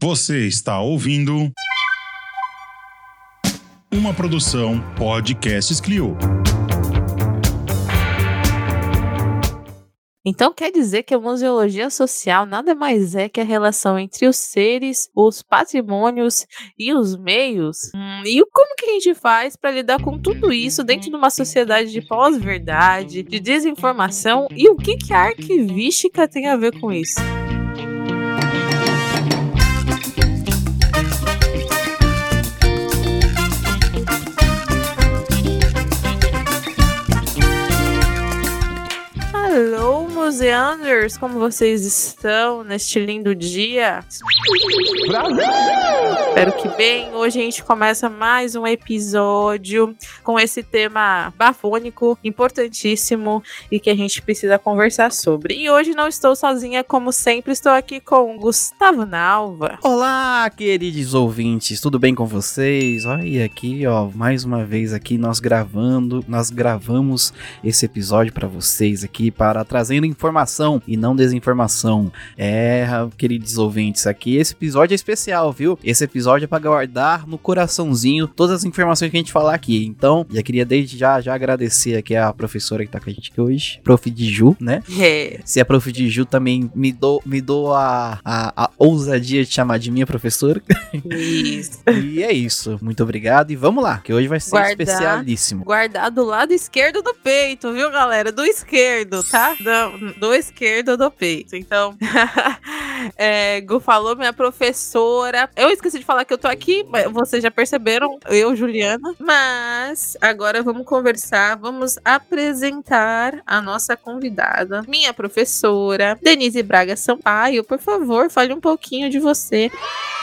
Você está ouvindo uma produção Podcasts Clio. Então quer dizer que a museologia social nada mais é que a relação entre os seres, os patrimônios e os meios? E como que a gente faz para lidar com tudo isso dentro de uma sociedade de pós-verdade, de desinformação, e o que a arquivística tem a ver com isso? Alô, museanders, como vocês estão neste lindo dia? Brasil! Espero que bem. Hoje a gente começa mais um episódio com esse tema bafônico, importantíssimo e que a gente precisa conversar sobre. E hoje não estou sozinha, como sempre, estou aqui com o Gustavo Nalva. Olá, queridos ouvintes, tudo bem com vocês? Olha aqui, ó, mais uma vez aqui nós gravamos esse episódio para vocês aqui, para trazendo informação e não desinformação. Queridos ouvintes, aqui esse episódio é especial, viu? Esse episódio é para guardar no coraçãozinho todas as informações que a gente falar aqui. Então, já queria desde já agradecer aqui a professora que tá com a gente aqui hoje, Prof. Diju, né? Se a Prof. Diju também me dou a ousadia de chamar de minha professora. Isso. E é isso. Muito obrigado e vamos lá, que hoje vai ser especialíssimo. Guardar do lado esquerdo do peito, viu, galera? Do esquerdo, tá? Do esquerdo do peito. Então, Gu falou, minha professora. Eu esqueci de falar que eu tô aqui, vocês já perceberam, eu, Juliana. Mas agora vamos conversar, vamos apresentar a nossa convidada, minha professora, Denise Braga Sampaio. Por favor, fale um pouquinho de você.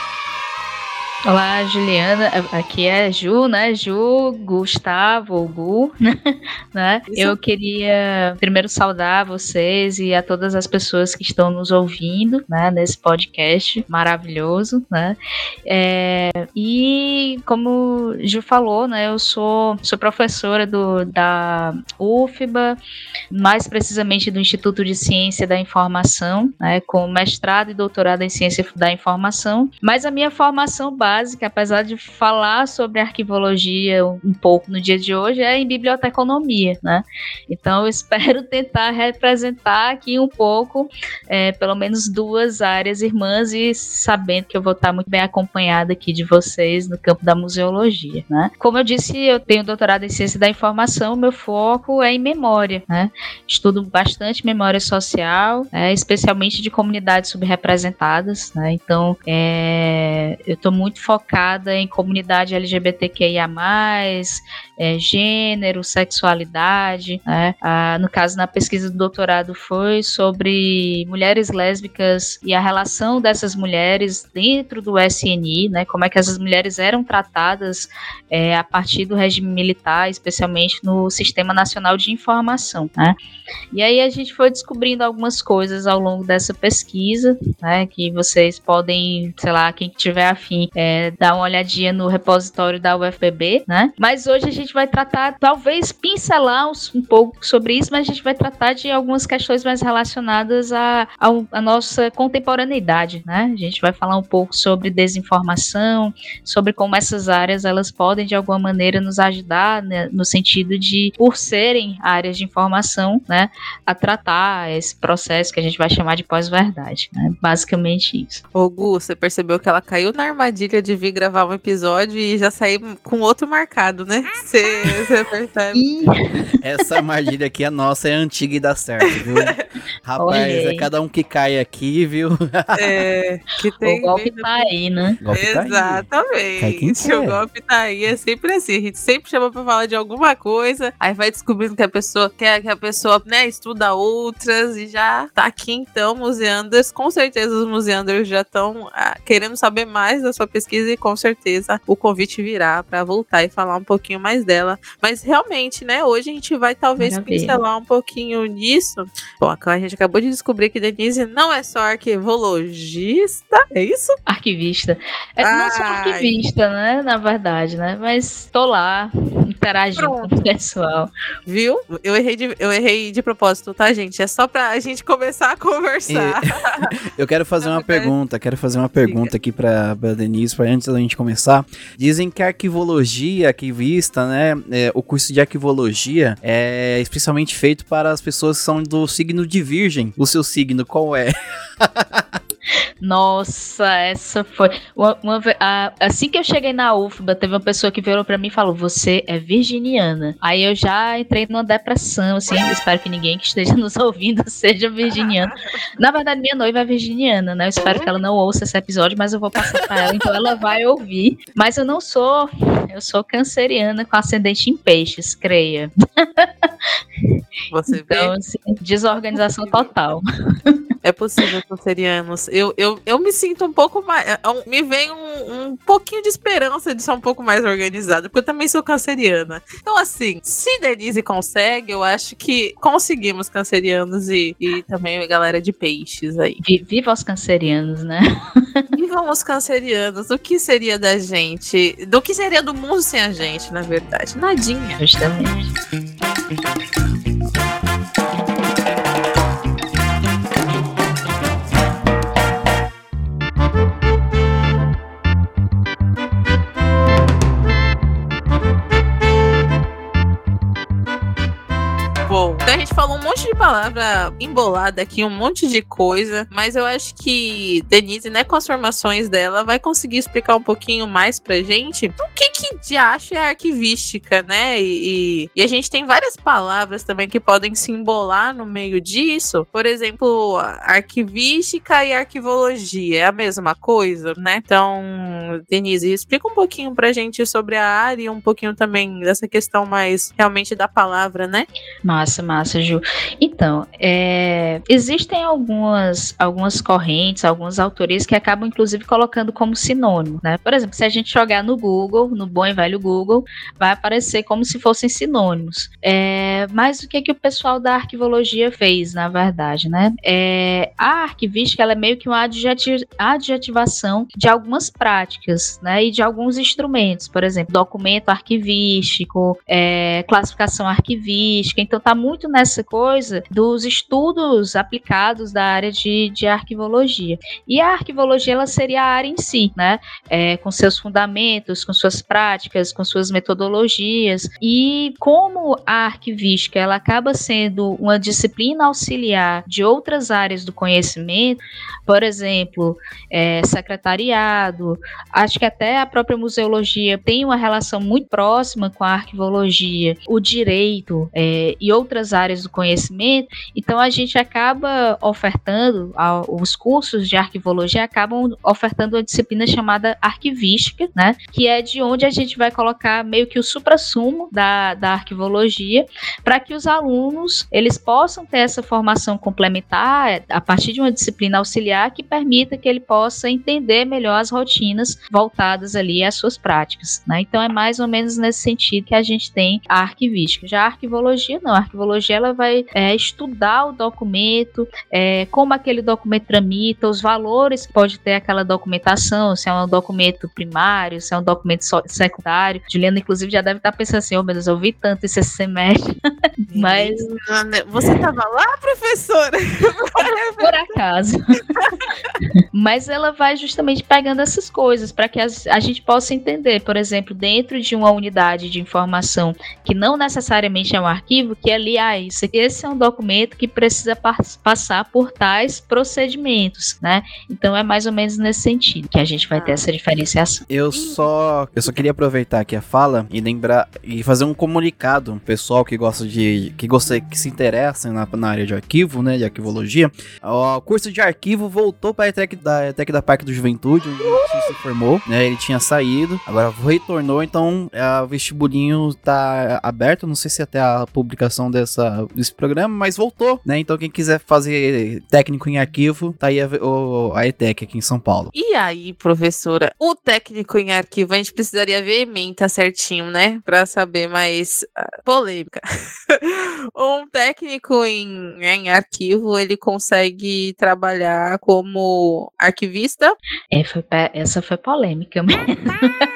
Olá, Juliana, aqui é Ju, né? Ju, Gustavo, ou Gu, né? Eu queria primeiro saudar vocês e a todas as pessoas que estão nos ouvindo, né? Nesse podcast maravilhoso, né? E como Ju falou, né? Eu sou professora da UFBA, mais precisamente do Instituto de Ciência da Informação, né? Com mestrado e doutorado em Ciência da Informação, mas a minha formação básica, apesar de falar sobre arquivologia um pouco no dia de hoje, é em biblioteconomia, né? Então eu espero tentar representar aqui um pouco, pelo menos duas áreas irmãs, e sabendo que eu vou estar muito bem acompanhada aqui de vocês no campo da museologia, né? Como eu disse, eu tenho doutorado em Ciência da Informação, meu foco é em memória, né? Estudo bastante memória social, especialmente de comunidades subrepresentadas, né? Então, eu estou muito focada em comunidade LGBTQIA+, gênero, sexualidade, né? No caso, na pesquisa do doutorado foi sobre mulheres lésbicas e a relação dessas mulheres dentro do SNI, né? Como é que essas mulheres eram tratadas a partir do regime militar, especialmente no Sistema Nacional de Informação, né? E aí a gente foi descobrindo algumas coisas ao longo dessa pesquisa, né? Que vocês podem, sei lá, quem tiver afim, dar uma olhadinha no repositório da UFPB, né? Mas hoje a gente vai tratar, talvez pincelar um pouco sobre isso, mas a gente vai tratar de algumas questões mais relacionadas à nossa contemporaneidade, né? A gente vai falar um pouco sobre desinformação, sobre como essas áreas elas podem de alguma maneira nos ajudar, né, no sentido de, por serem áreas de informação, né, a tratar esse processo que a gente vai chamar de pós-verdade, né? Basicamente isso. Ô Gu, você percebeu que ela caiu na armadilha de vir gravar um episódio e já sair com outro marcado, né? Você percebe? Essa armadilha aqui é nossa, é antiga e dá certo, viu? Rapaz, é cada um que cai aqui, viu? Que tem. O golpe tá aí, né? Exatamente. O golpe tá aí, é sempre assim. A gente sempre chama pra falar de alguma coisa, aí vai descobrindo que a pessoa né, estuda outras e já tá aqui então, museanders. Com certeza os museanders já estão querendo saber mais da sua pesquisa e com certeza o convite virá pra voltar e falar um pouquinho mais dela. Mas realmente, né, hoje a gente vai talvez pincelar um pouquinho nisso. Bom, a gente acabou de descobrir que Denise não é só arquivologista, é isso? Arquivista. Não sou arquivista, né, na verdade, né, mas tô lá interagindo com o pessoal. Viu? Eu errei de propósito, tá, gente? É só pra gente começar a conversar. Eu quero fazer uma pergunta aqui pra Denise, antes da gente começar. Dizem que a arquivologia, arquivista, né, o curso de arquivologia é especialmente feito para as pessoas que são do signo de Virgem. O seu signo qual é? Nossa, essa foi... assim que eu cheguei na UFBA, teve uma pessoa que virou pra mim e falou, você é virginiana. Aí eu já entrei numa depressão, assim, espero que ninguém que esteja nos ouvindo seja virginiano. Na verdade, minha noiva é virginiana, né? Eu espero que ela não ouça esse episódio, mas eu vou passar pra ela, então ela vai ouvir. Mas eu não sou... Eu sou canceriana com ascendente em peixes, creia. Você vê? Então, assim, desorganização total. É possível, cancerianos. Eu me sinto um pouco mais... Me vem um pouquinho de esperança de ser um pouco mais organizada, porque eu também sou canceriana. Então, assim, se Denise consegue, eu acho que conseguimos, cancerianos e também a galera de peixes aí. Viva os cancerianos, né? Vivam os cancerianos. O que seria da gente? Do que seria do mundo sem a gente, na verdade? Nadinha. Justamente. Bom, então a gente falou um monte de palavra embolada aqui, um monte de coisa, mas eu acho que Denise, né, com as formações dela, vai conseguir explicar um pouquinho mais pra gente o que de acho é arquivística, né? E a gente tem várias palavras também que podem se embolar no meio disso. Por exemplo, arquivística e arquivologia é a mesma coisa, né? Então, Denise, explica um pouquinho pra gente sobre a área e um pouquinho também dessa questão mais realmente da palavra, né? Massa, Ju. Então, existem algumas correntes, algumas autorias que acabam, inclusive, colocando como sinônimo, né? Por exemplo, se a gente jogar no Google, no bom e velho Google, vai aparecer como se fossem sinônimos. Mas o que o pessoal da arquivologia fez, na verdade, né? A arquivística, ela é meio que uma adjetivação de algumas práticas, né? E de alguns instrumentos, por exemplo, documento arquivístico, classificação arquivística. Então, está muito nessa coisa dos estudos aplicados da área de arquivologia. E a arquivologia, ela seria a área em si, né? Com seus fundamentos, com suas práticas, com suas metodologias. E como a arquivística, ela acaba sendo uma disciplina auxiliar de outras áreas do conhecimento, por exemplo, secretariado, acho que até a própria museologia tem uma relação muito próxima com a arquivologia, o direito, e outras áreas do conhecimento. Então a gente acaba ofertando, os cursos de arquivologia acabam ofertando uma disciplina chamada arquivística, né, que é de onde a gente vai colocar meio que o suprassumo da arquivologia, para que os alunos eles possam ter essa formação complementar a partir de uma disciplina auxiliar que permita que ele possa entender melhor as rotinas voltadas ali às suas práticas, né? Então é mais ou menos nesse sentido que a gente tem a arquivística. Já a arquivologia não, a arquivologia ela vai estudar o documento, como aquele documento tramita, os valores que pode ter aquela documentação, se é um documento primário, se é um documento secundário. Juliana, inclusive, já deve estar pensando assim, meu Deus, eu ouvi tanto esse semestre. Mas... Você estava lá, professora? Por acaso. Mas ela vai justamente pegando essas coisas para que a gente possa entender, por exemplo, dentro de uma unidade de informação que não necessariamente é um arquivo, que ali, esse é um documento que precisa passar por tais procedimentos, né? Então é mais ou menos nesse sentido que a gente vai ter essa diferenciação. Eu só queria aproveitar aqui a fala e lembrar e fazer um comunicado pro pessoal que que se interessa na área de arquivo, né, de arquivologia. O curso de arquivo voltou para a ETEC da Parque do Juventude, onde ele se formou, né? Ele tinha saído, agora retornou, então o vestibulinho tá aberto, não sei se até a publicação desse programa, mas voltou, né? Então quem quiser fazer técnico em arquivo, tá aí a ETEC aqui em São Paulo. E aí, professora, o técnico em arquivo, a gente precisaria ver ementa certinho, né? Pra saber mais polêmica. Um técnico em arquivo, ele consegue trabalhar como arquivista? Essa foi polêmica mesmo.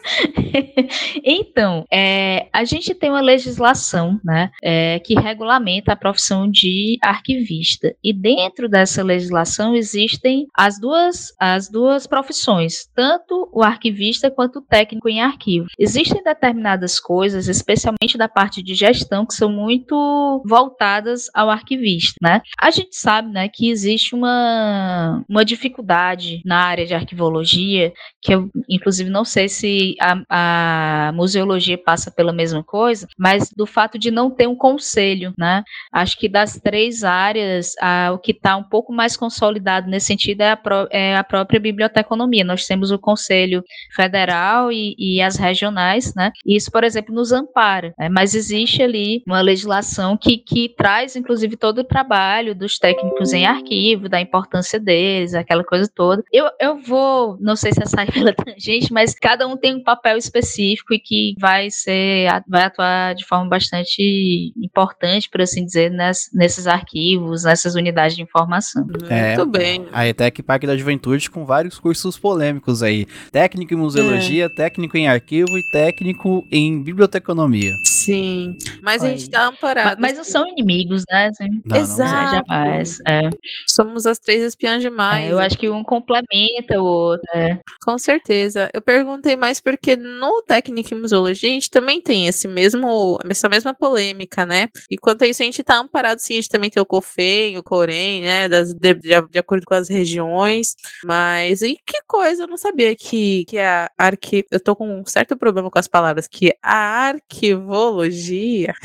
Então, a gente tem uma legislação, né, que regulamenta a profissão de arquivista. E dentro dessa legislação existem as duas profissões, tanto o arquivista quanto o técnico em arquivo. Existem determinadas coisas, especialmente da parte de gestão, que são muito voltadas ao arquivista, né? A gente sabe, né, que existe uma dificuldade na área de arquivologia, que eu, inclusive, não sei se a museologia passa pela mesma coisa, mas do fato de não ter um conselho, né? Acho que das 3 áreas, o que está um pouco mais consolidado nesse sentido é a própria biblioteconomia. Nós temos o Conselho Federal e as regionais, né? E isso, por exemplo, nos ampara, né? Mas existe ali uma legislação que traz, inclusive, todo o trabalho dos técnicos em arquivo, da importância deles, aquela coisa toda. Eu vou, não sei se é sair pela tangente, mas cada um tem um papel específico e que vai atuar de forma bastante importante, por assim dizer, nesses arquivos, nessas unidades de informação. Muito bem. A ETEC Parque da Juventude com vários cursos polêmicos aí. Técnico em museologia, técnico em arquivo e técnico em biblioteconomia. Sim, mas a gente tá amparado. Mas não são inimigos, né? Assim, Exato. Jamais. Somos as 3 espiãs demais. Eu acho que um complementa o outro. Com certeza. Eu perguntei mais porque no técnico em museologia a gente também tem essa mesma polêmica, né? E quanto a isso a gente tá amparado, sim, a gente também tem o COFEM, o COREN, né? De acordo com as regiões. Mas, e que coisa, eu não sabia que a eu tô com um certo problema com as palavras, que a arquivologia,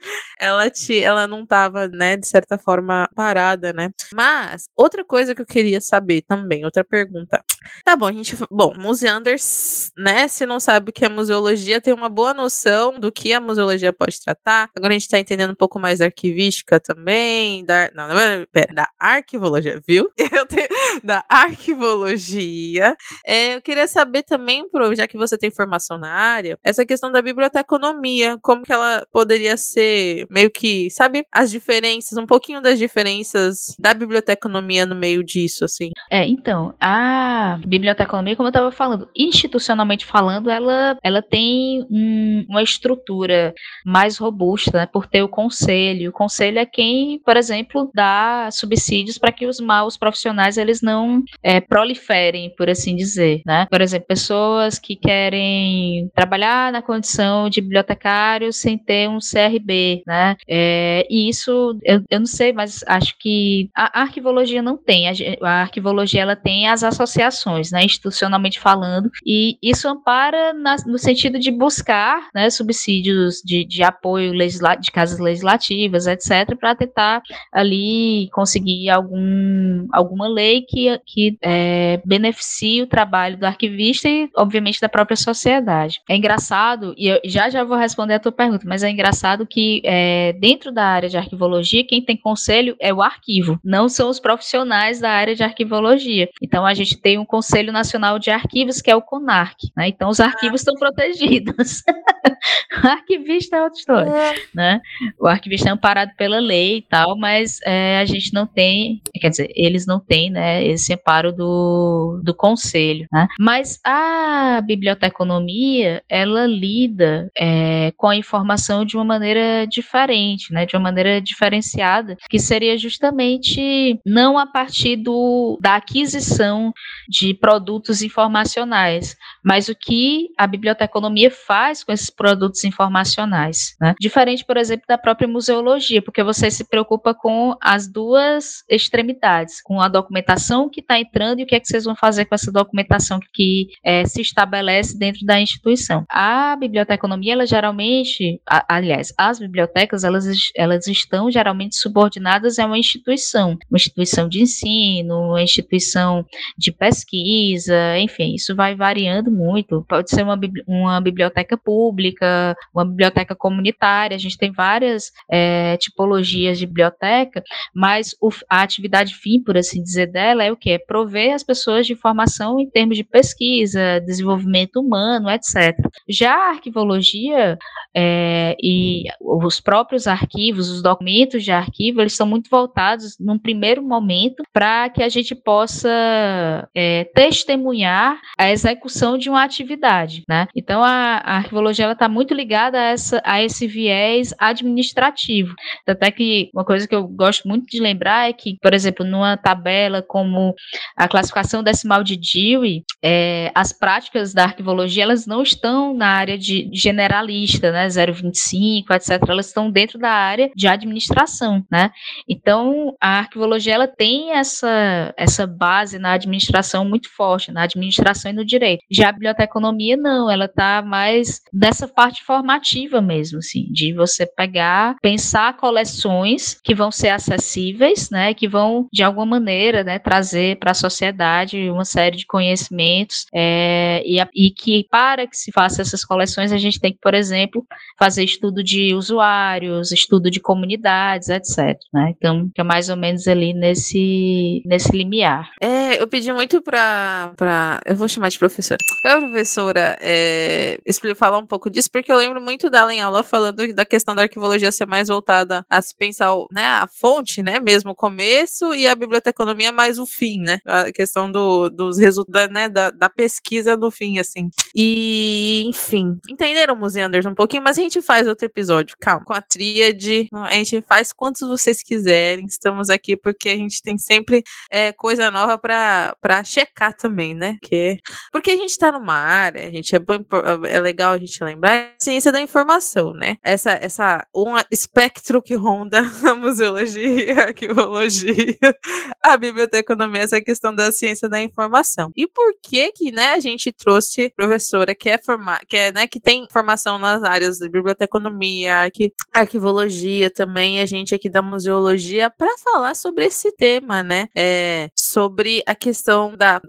ela não tava, né, de certa forma, parada, né? Mas, outra coisa que eu queria saber também, outra pergunta. Tá bom, museanders, né, se não sabe o que é museologia, tem uma boa noção do que a museologia pode tratar. Agora a gente tá entendendo um pouco mais da arquivística também, da arquivologia, viu? Da arquivologia. Eu queria saber também, já que você tem formação na área, essa questão da biblioteconomia, como que ela poderia ser meio que, sabe, as diferenças, um pouquinho das diferenças da biblioteconomia no meio disso, assim. Então, a biblioteconomia, como eu estava falando, institucionalmente falando, ela tem uma estrutura mais robusta, né, por ter o conselho. O conselho é quem, por exemplo, dá subsídios para que os maus profissionais eles não proliferem, por assim dizer, né? Por exemplo, pessoas que querem trabalhar na condição de bibliotecário sem ter um CRB, né? E isso, eu não sei, mas acho que a arquivologia não tem. A arquivologia ela tem as associações, né, institucionalmente falando, e isso ampara no sentido de buscar, né, subsídios de apoio de casas legislativas, etc., para tentar ali conseguir alguma lei que beneficie o trabalho do arquivista e, obviamente, da própria sociedade. É engraçado, e eu já vou responder a tua pergunta, mas é engraçado que dentro da área de arquivologia, quem tem conselho é o arquivo, não são os profissionais da área de arquivologia. Então, a gente tem um Conselho Nacional de Arquivos, que é o CONARC, né? Então, os arquivos estão protegidos. O arquivista é outra história, né? O arquivista é amparado pela lei e tal, mas a gente não tem, quer dizer, eles não têm, né, esse amparo do conselho, né? Mas a biblioteconomia, ela lida com a informação de uma maneira diferente, né? De uma maneira diferenciada, que seria justamente não a partir da aquisição de produtos informacionais, mas o que a biblioteconomia faz com esses produtos informacionais, né? Diferente, por exemplo, da própria museologia, porque você se preocupa com as duas extremidades, com a documentação que está entrando e o que é que vocês vão fazer com essa documentação que se estabelece dentro da instituição. A biblioteconomia, ela geralmente, aliás, as bibliotecas, elas estão geralmente subordinadas a uma instituição de ensino, uma instituição de pesquisa, enfim, isso vai variando muito. Pode ser uma biblioteca pública, uma biblioteca comunitária, a gente tem várias tipologias de biblioteca, mas a atividade fim, por assim dizer, dela é o quê? É prover as pessoas de informação em termos de pesquisa, desenvolvimento humano, etc. Já a arquivologia, e os próprios arquivos, os documentos de arquivo, eles são muito voltados, num primeiro momento, para que a gente possa testemunhar a execução de uma atividade, né? Então, a arquivologia está muito ligada a esse viés administrativo. Até que uma coisa que eu gosto muito de lembrar é que, por exemplo, numa tabela como a classificação decimal de Dewey, as práticas da arquivologia, elas não estão na área de generalista, né, 0,25, etc. Elas estão dentro da área de administração, né? Então, a arquivologia, ela tem essa base na administração muito forte, na administração e no direito. Já a biblioteconomia, não, ela está mais dessa parte formativa mesmo, assim, de você pegar, pensar coleções que vão ser acessíveis, né, que vão, de alguma maneira, né, trazer para a sociedade uma série de conhecimentos, e que, para que se faça essas coleções, a gente tem que, por exemplo, fazer estudo de usuários, estudo de comunidades, etc. Né? Então, é mais ou menos ali nesse limiar. Eu pedi muito eu vou chamar de professora. A professora falar um pouco disso, porque eu lembro muito dela em aula falando da questão da arquivologia ser mais voltada a se pensar, né, a fonte, né, mesmo o começo, e a biblioteconomia mais o fim, né, a questão dos resultados, né, da pesquisa no fim, assim. E, enfim, entenderam, Muzi Anderson, um pouquinho, mas a gente faz outro episódio, calma, com a tríade, a gente faz quantos vocês quiserem, estamos aqui porque a gente tem sempre coisa nova pra checar também, né, porque a gente tá numa área, a gente é legal a gente lembrar, a ciência da informação, né, um espectro que ronda a museologia, a arquivologia, a biblioteconomia, essa questão da ciência da informação. E por que né, a gente trouxe professora que tem formação nas áreas de biblioteconomia, arquivologia também, a gente aqui da museologia, para falar sobre esse tema, né, sobre a questão da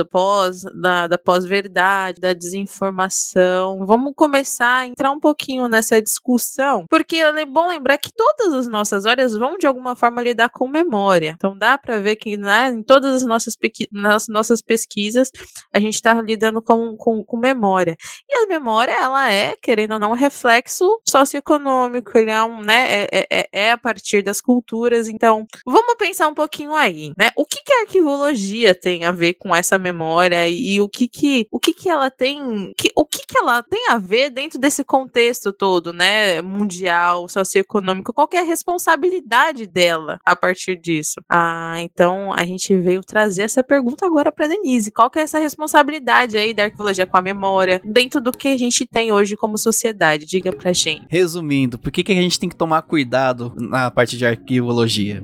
pós-verdade, da desinformação. Vamos começar a entrar um pouquinho nessa discussão, porque é bom lembrar que todas as nossas áreas vão, de alguma forma, lidar com memória. Então, dá para ver que, né, em todas as nossas pesquisas, a gente está lidando com memória. E a memória, ela querendo ou não, um reflexo socioeconômico, ele é a partir das culturas. Então, vamos pensar um pouquinho aí, né? O que a arquivologia tem a ver com essa memória e o que ela tem, o que ela tem a ver dentro desse contexto todo, né, mundial, socioeconômico, qual que é a responsabilidade dela a partir disso? Então a gente veio trazer essa pergunta agora para Denise, qual que é essa responsabilidade aí da arquivologia com a memória, dentro do que a gente tem hoje como sociedade? Diga pra gente. Resumindo, por que a gente tem que tomar cuidado na parte de arquivologia?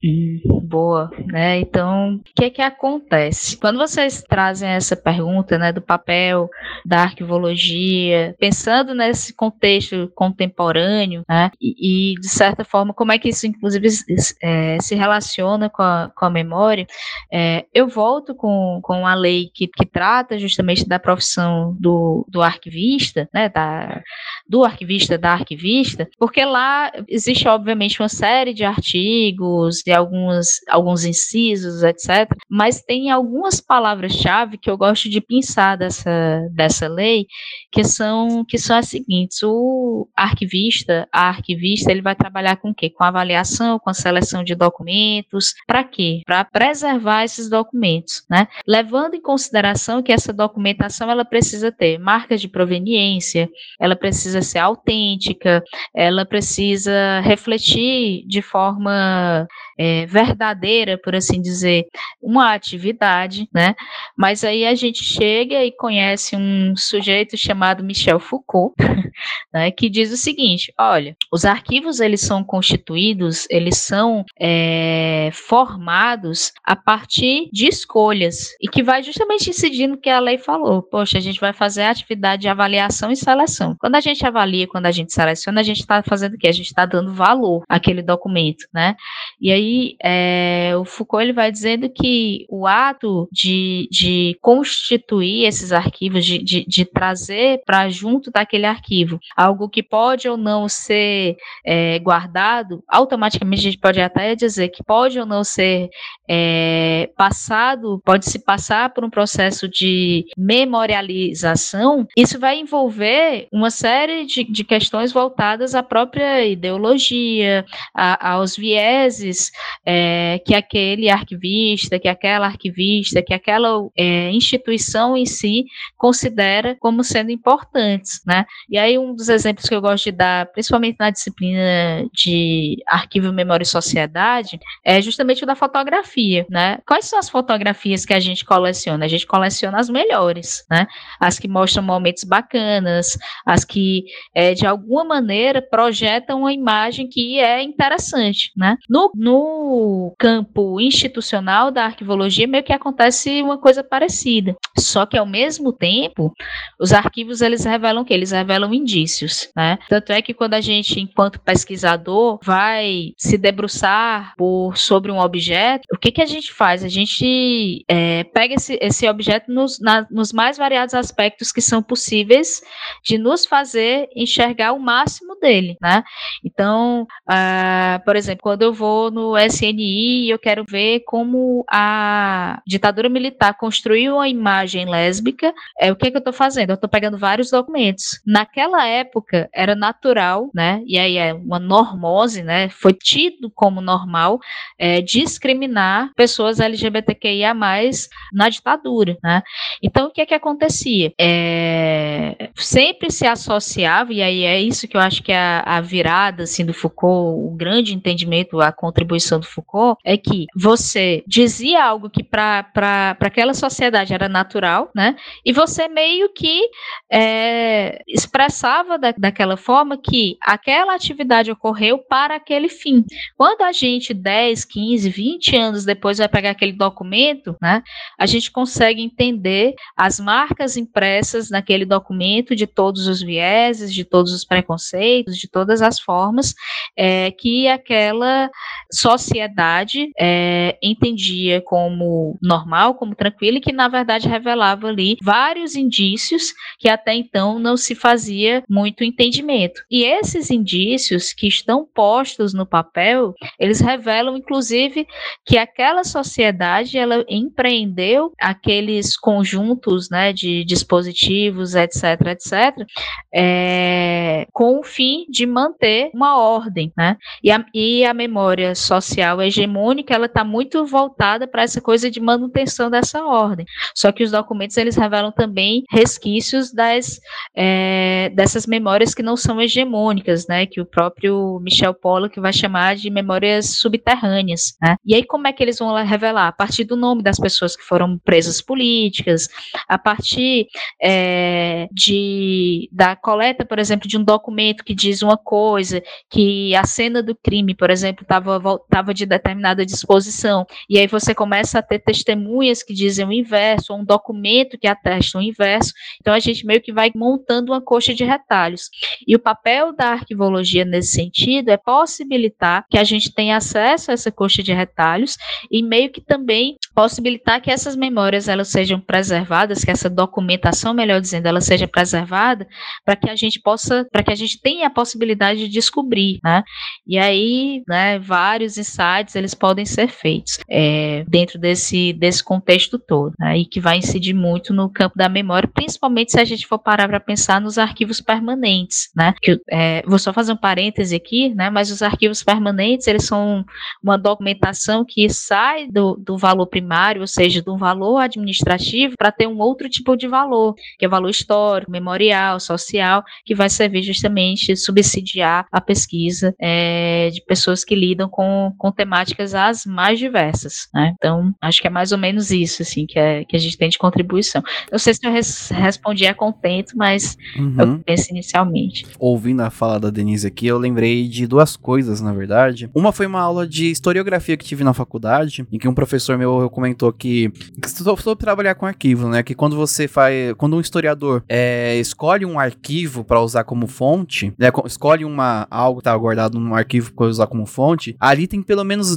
Boa, né? Então, o que acontece? Quando vocês trazem essa pergunta, né, do papel da arquivologia, pensando nesse contexto contemporâneo, né, e de certa forma, como é que isso, inclusive, se relaciona com a memória, eu volto com a lei que trata justamente da profissão do arquivista, né, do arquivista, da arquivista, porque lá existe, obviamente, uma série de artigos e alguns incisos, etc., mas tem algumas palavras-chave que eu gosto de pensar dessa lei, que são as seguintes: o arquivista, a arquivista, ele vai trabalhar com o quê? Com a avaliação, com a seleção de documentos. Para quê? Para preservar esses documentos, né? Levando em consideração que essa documentação, ela precisa ter marcas de proveniência, ela precisa ser autêntica, ela precisa refletir de forma verdadeira, por assim dizer, uma atividade, né? Mas aí a gente chega e conhece um sujeito chamado Michel Foucault, né, que diz o seguinte: olha, os arquivos, eles são constituídos, eles são formados a partir de escolhas, e que vai justamente incidir no que a lei falou. Poxa, a gente vai fazer a atividade de avaliação e seleção. Quando a gente avalia, quando a gente seleciona, a gente está fazendo o quê? A gente está dando valor àquele documento, né? E aí, o Foucault ele vai dizendo que o ato de constituir esses arquivos, de trazer para junto daquele arquivo algo que pode ou não ser guardado, automaticamente a gente pode até dizer que pode ou não ser passado, pode se passar por um processo de memorialização. Isso vai envolver uma série de questões voltadas à própria ideologia, aos vieses que aquele arquivista, que aquela arquivista, que aquela instituição em si considera como sendo importantes, né? E aí um dos exemplos que eu gosto de dar, principalmente na disciplina de Arquivo, Memória e Sociedade, é justamente o da fotografia, né? Quais são as fotografias que a gente coleciona? A gente coleciona as melhores, né? As que mostram momentos bacanas, as que de alguma maneira projetam uma imagem que é interessante, né? No campo institucional da arquivologia meio que acontece uma coisa parecida, só que ao mesmo tempo os arquivos eles revelam o quê? Eles revelam indícios, né? Tanto é que quando a gente, enquanto pesquisador, vai se debruçar sobre um objeto, o que a gente faz? A gente pega esse objeto nos mais variados aspectos que são possíveis de nos fazer enxergar o máximo dele, né? Então, por exemplo, quando eu vou no SNI e eu quero ver como a ditadura militar construiu uma imagem lésbica, o que eu estou fazendo? Eu estou pegando vários documentos. Naquela época, era natural, né? E aí é uma normose, né? Foi tido como normal discriminar pessoas LGBTQIA+, na ditadura, né? Então, o que acontecia? Sempre se associava, e aí é isso que eu acho que é a virada assim, do Foucault, o grande entendimento, a contribuição do Foucault, é que você dizia algo que para aquela sociedade era natural, né? E você meio que expressava daquela forma que aquela atividade ocorreu para aquele fim. Quando a gente 10, 15, 20 anos depois vai pegar aquele documento, né? A gente consegue entender as marcas impressas naquele documento de todos os vieses, de todos os preconceitos, de todas as formas que aquela sociedade entendia como normal, como tranquila, e que na verdade revelava ali vários indícios que até então não se fazia muito entendimento. E esses indícios que estão postos no papel, eles revelam inclusive que aquela sociedade ela empreendeu aqueles conjuntos, né, de dispositivos, etc, com o fim de manter uma ordem, né? E a memória social hegemônica ela está muito voltada para essa coisa de manutenção dessa ordem. Só que os documentos eles revelam também resquícios dessas memórias que não são hegemônicas, né? Que o próprio Michel Pollock vai chamar de memórias subterrâneas, né? E aí como é que eles vão revelar? A partir do nome das pessoas que foram presas políticas, a partir da coleta, por exemplo, de um documento que diz uma coisa, que a cena do crime, por exemplo, estava de determinada disposição, e aí você começa a ter testemunhas que dizem o inverso, ou um documento que atesta o inverso. Então a gente meio que vai montando uma coxa de retalhos. E o papel da arquivologia nesse sentido é possibilitar que a gente tenha acesso a essa coxa de retalhos e meio que também possibilitar que essas memórias elas sejam preservadas, que essa documentação, melhor dizendo, ela seja preservada, para que a gente tenha a possibilidade de descobrir, né? E aí, né, vários insights eles podem ser feitos dentro desse contexto todo, né? E que vai incidir muito no campo da memória, principalmente se a gente for parar para pensar nos arquivos permanentes, né? Vou só fazer um parêntese aqui, né? Mas os arquivos permanentes eles são uma documentação que sai do valor primário, ou seja, do valor administrativo, para ter um outro tipo de valor, que é o valor histórico, memorial, social, que vai servir justamente subsidiar a pesquisa de pessoas que lidam com temáticas as mais diversas, né? Então, acho que é mais ou menos isso, assim, que a gente tem de contribuição. Não sei se eu respondi a contento, mas eu penso inicialmente. Ouvindo a fala da Denise aqui, eu lembrei de duas coisas, na verdade. Uma foi uma aula de historiografia que tive na faculdade, em que um professor meu comentou que sobre trabalhar com arquivo, né? Que quando um historiador escolhe um arquivo para usar como fonte, né, escolhe algo que está guardado num arquivo para usar como fonte, ali tem pelo menos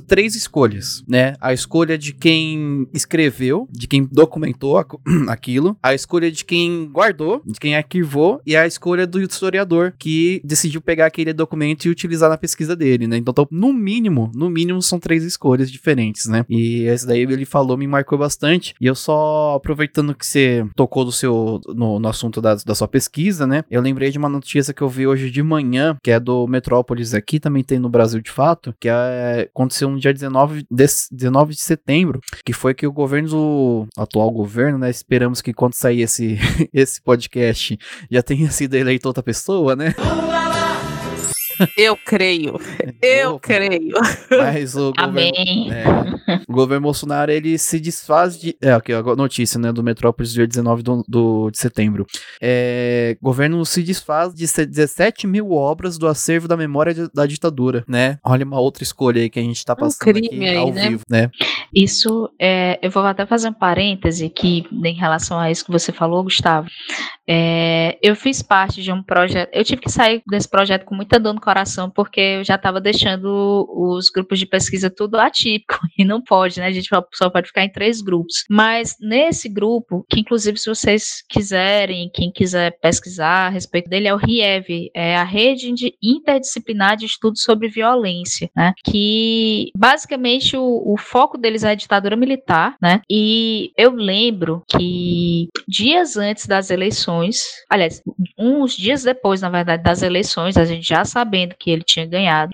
3 escolhas, né? A escolha de quem escreveu, de quem documentou aquilo, a escolha de quem guardou, de quem arquivou, e a escolha do historiador que decidiu pegar aquele documento e utilizar na pesquisa dele, né? Então, no mínimo são 3 escolhas diferentes, né? E esse daí ele falou, me marcou bastante. E eu só, aproveitando que você tocou no assunto da sua pesquisa, né? Eu lembrei de uma notícia que eu vi hoje de manhã, que é do Metrópolis aqui, também tem no Brasil de fato, que aconteceu no dia 19 de setembro, que foi que o atual governo, né? Esperamos que quando sair esse podcast já tenha sido eleito outra pessoa, né? Eu creio. Mas o governo Bolsonaro, ele se desfaz de... aqui a notícia, né, do Metrópolis, dia 19 de setembro. Governo se desfaz de 17 mil obras do acervo da memória da ditadura, né? Olha uma outra escolha aí que a gente tá passando aqui aí, ao vivo, né? Isso, eu vou até fazer um parêntese aqui em relação a isso que você falou, Gustavo. Eu fiz parte de um projeto, eu tive que sair desse projeto com muita dor no coração, porque eu já estava deixando os grupos de pesquisa tudo atípico, e não pode, né, a gente só pode ficar em 3 grupos, mas nesse grupo, que inclusive se vocês quiserem, quem quiser pesquisar a respeito dele, é o RIEV, é a Rede Interdisciplinar de Estudos sobre Violência, né, que basicamente o foco deles é a ditadura militar, né, e eu lembro que dias antes das eleições, aliás, uns dias depois, na verdade, das eleições, a gente já sabendo que ele tinha ganhado,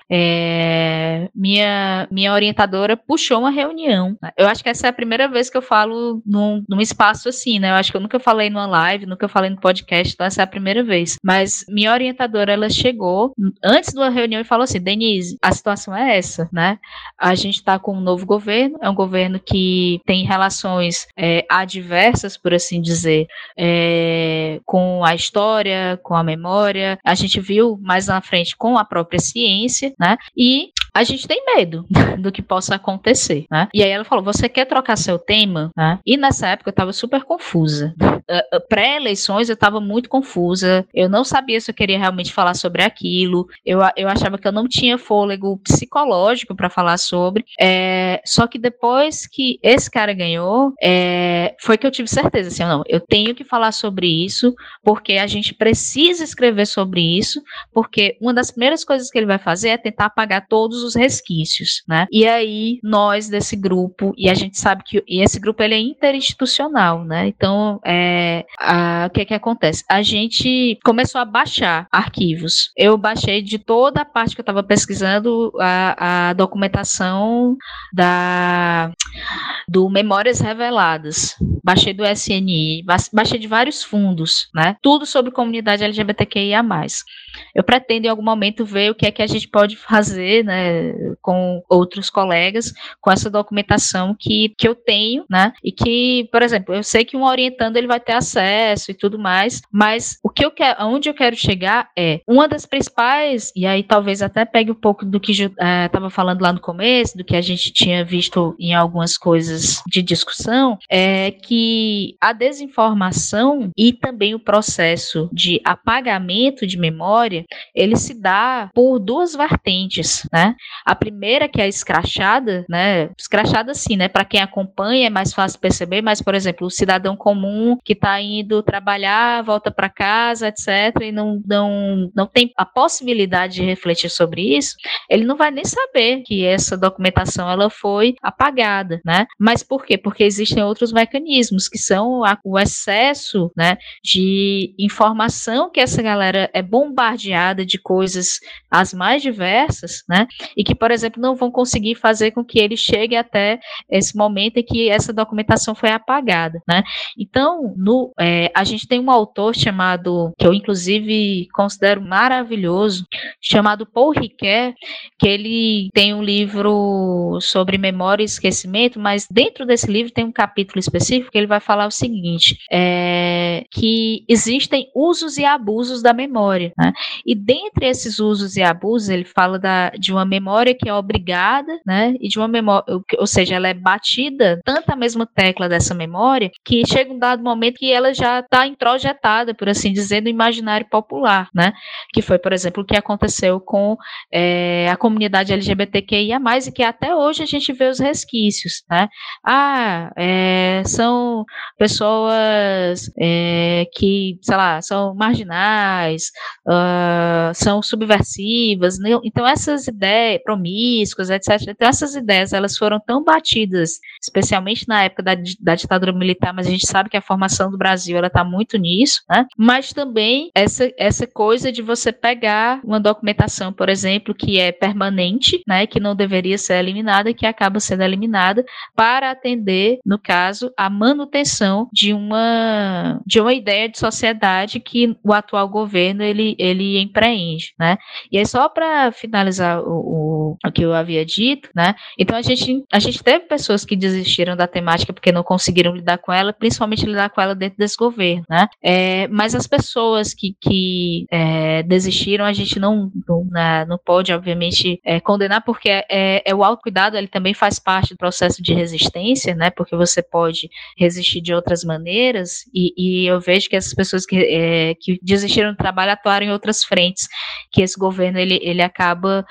minha orientadora puxou uma reunião. Eu acho que essa é a primeira vez que eu falo num espaço assim, né? Eu acho que eu nunca falei numa live, nunca falei no podcast, então essa é a primeira vez. Mas minha orientadora, ela chegou antes da reunião e falou assim: Denise, a situação é essa, né? A gente está com um novo governo, é um governo que tem relações adversas, por assim dizer, com a história, com a memória. A gente viu mais na frente com a própria ciência, né? E a gente tem medo do que possa acontecer, né? E aí ela falou, você quer trocar seu tema? Né? E nessa época eu estava super confusa. Pré-eleições eu estava muito confusa, eu não sabia se eu queria realmente falar sobre aquilo, eu achava que eu não tinha fôlego psicológico para falar sobre, só que depois que esse cara ganhou, foi que eu tive certeza, assim, não, eu tenho que falar sobre isso, porque a gente precisa escrever sobre isso, porque uma das primeiras coisas que ele vai fazer é tentar apagar todos os resquícios, né? E aí, nós desse grupo, e a gente sabe que esse grupo ele é interinstitucional, né? Então, o que acontece? A gente começou a baixar arquivos. Eu baixei de toda a parte que eu estava pesquisando a documentação do Memórias Reveladas. Baixei do SNI, baixei de vários fundos, né? Tudo sobre comunidade LGBTQIA+. Eu pretendo em algum momento ver o que é que a gente pode fazer, né, com outros colegas, com essa documentação que eu tenho, né, e que, por exemplo, eu sei que um orientando ele vai ter acesso e tudo mais, mas onde eu quero chegar uma das principais, e aí talvez até pegue um pouco do que estava falando lá no começo, do que a gente tinha visto em algumas coisas de discussão, é que a desinformação e também o processo de apagamento de memória, ele se dá por 2 vertentes, né? A primeira, que é a escrachada, né? Escrachada sim, né? Para quem acompanha é mais fácil perceber, mas, por exemplo, o cidadão comum que está indo trabalhar, volta para casa, etc., e não tem a possibilidade de refletir sobre isso, ele não vai nem saber que essa documentação ela foi apagada, né? Mas por quê? Porque existem outros mecanismos, que são o excesso, né, de informação que essa galera é bombardeada de coisas as mais diversas, né, e que, por exemplo, não vão conseguir fazer com que ele chegue até esse momento em que essa documentação foi apagada, né. Então, a gente tem um autor chamado, que eu inclusive considero maravilhoso, chamado Paul Ricoeur, que ele tem um livro sobre memória e esquecimento, momento, mas dentro desse livro tem um capítulo específico que ele vai falar o seguinte, que existem usos e abusos da memória, né? E dentre esses usos e abusos, ele fala de uma memória que é obrigada, né? E de uma memória, ou seja, ela é batida tanto a mesma tecla dessa memória que chega um dado momento que ela já está introjetada, por assim dizer, no imaginário popular, né? Que foi, por exemplo, o que aconteceu com a comunidade LGBTQIA+, e que até hoje a gente vê os resquícios, né? São pessoas que, sei lá, são marginais, são subversivas, né? Então essas ideias, promíscuas, etc., então essas ideias, elas foram tão batidas, especialmente na época da ditadura militar, mas a gente sabe que a formação do Brasil, ela está muito nisso, né? Mas também essa coisa de você pegar uma documentação, por exemplo, que é permanente, né, que não deveria ser eliminada, que acaba sendo eliminada para atender, no caso, a manutenção de uma ideia de sociedade que o atual governo ele empreende, né? E aí só para finalizar o que eu havia dito, né? Então a gente teve pessoas que desistiram da temática porque não conseguiram lidar com ela, principalmente lidar com ela dentro desse governo, né? Mas as pessoas que desistiram, a gente não pode, obviamente, condenar, porque o autocuidado, ele também faz parte do processo de resistência, né? Porque você pode resistir de outras maneiras, e eu vejo que essas pessoas que desistiram do trabalho atuaram em outras frentes, que esse governo ele acaba,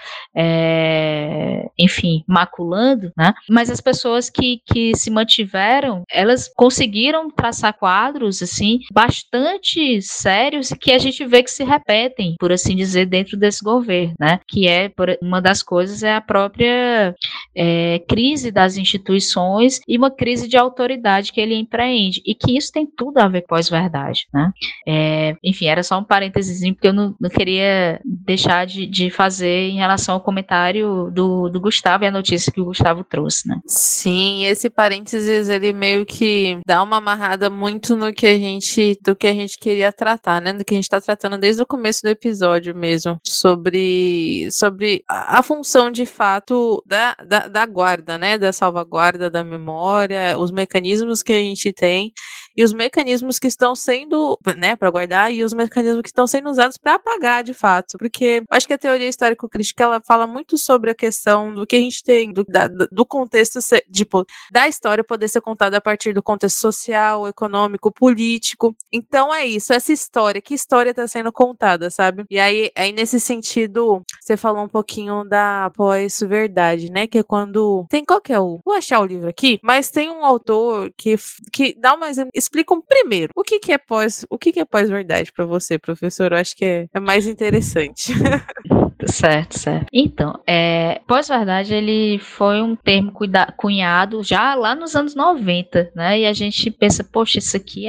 enfim, maculando, né? Mas as pessoas que se mantiveram, elas conseguiram traçar quadros, assim, bastante sérios, que a gente vê que se repetem, por assim dizer, dentro desse governo, né? Que uma das coisas é a própria crise das instituições e uma crise de autoridade que ele empreende, e que isso tem tudo a ver com pós-verdade, né? Enfim, era só um parênteses, porque eu não queria deixar de fazer em relação ao comentário do Gustavo e a notícia que o Gustavo trouxe, né? Sim, esse parênteses, ele meio que dá uma amarrada muito do que a gente queria tratar, né? Do que a gente está tratando desde o começo do episódio mesmo, sobre a função de fato da guarda, né? Da salvaguarda da memória, os mecanismos que a gente tem e os mecanismos que estão sendo, né, para guardar, e os mecanismos que estão sendo usados para apagar de fato, porque eu acho que a teoria histórico-crítica, ela fala muito sobre a questão do que a gente tem, do contexto, tipo, da história poder ser contada a partir do contexto social, econômico, político. Então é isso, essa história, que história está sendo contada, sabe? E aí nesse sentido, você falou um pouquinho da pós-verdade, né, que é quando tem vou achar o livro aqui, mas tem um autor que dá uma explicam primeiro o que é pós-verdade para você, professor. Eu acho que é mais interessante. Certo. Então, pós-verdade, ele foi um termo cunhado já lá nos anos 90, né? E a gente pensa, poxa, isso aqui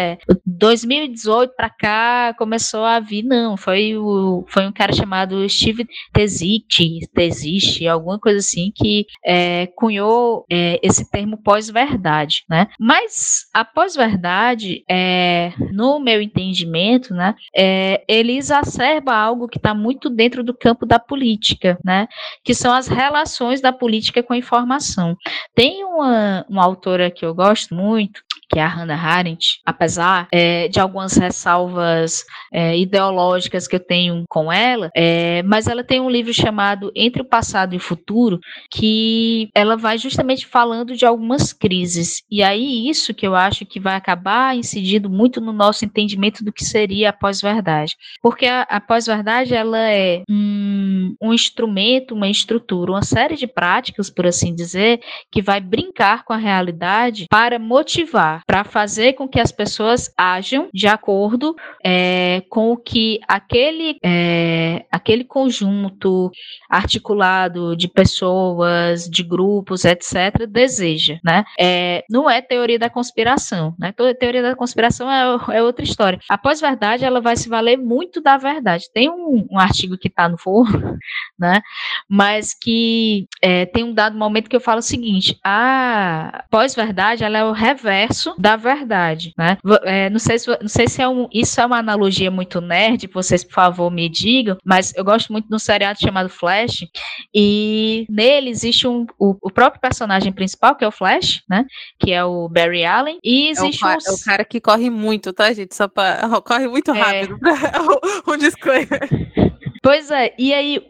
2018 para cá começou a vir. Não, foi um cara chamado Steve Tezicht, alguma coisa assim, que cunhou esse termo pós-verdade, né? Mas a pós-verdade, no meu entendimento, né, ele exacerba algo que está muito dentro do campo da política, né, que são as relações da política com a informação. Tem uma autora que eu gosto muito, que é a Hannah Arendt, apesar de algumas ressalvas ideológicas que eu tenho com ela, mas ela tem um livro chamado Entre o Passado e o Futuro, que ela vai justamente falando de algumas crises, e aí isso que eu acho que vai acabar incidindo muito no nosso entendimento do que seria a pós-verdade, porque a pós-verdade, ela é um instrumento, uma estrutura, uma série de práticas, por assim dizer, que vai brincar com a realidade para motivar, para fazer com que as pessoas ajam de acordo com o que aquele conjunto articulado de pessoas, de grupos, etc., deseja, né? Não é teoria da conspiração, né? Teoria da conspiração é outra história. A pós-verdade, ela vai se valer muito da verdade. Tem um artigo que está no forno, né? Mas que tem um dado momento que eu falo o seguinte: a pós-verdade, ela é o reverso da verdade, né? Não sei se isso é uma analogia muito nerd, vocês por favor me digam, mas eu gosto muito de um seriado chamado Flash, e nele existe o próprio personagem principal, que é o Flash, né? Que é o Barry Allen, e existe é o cara que corre muito, tá, gente? Corre muito rápido. Um disclaimer. Pois é, e aí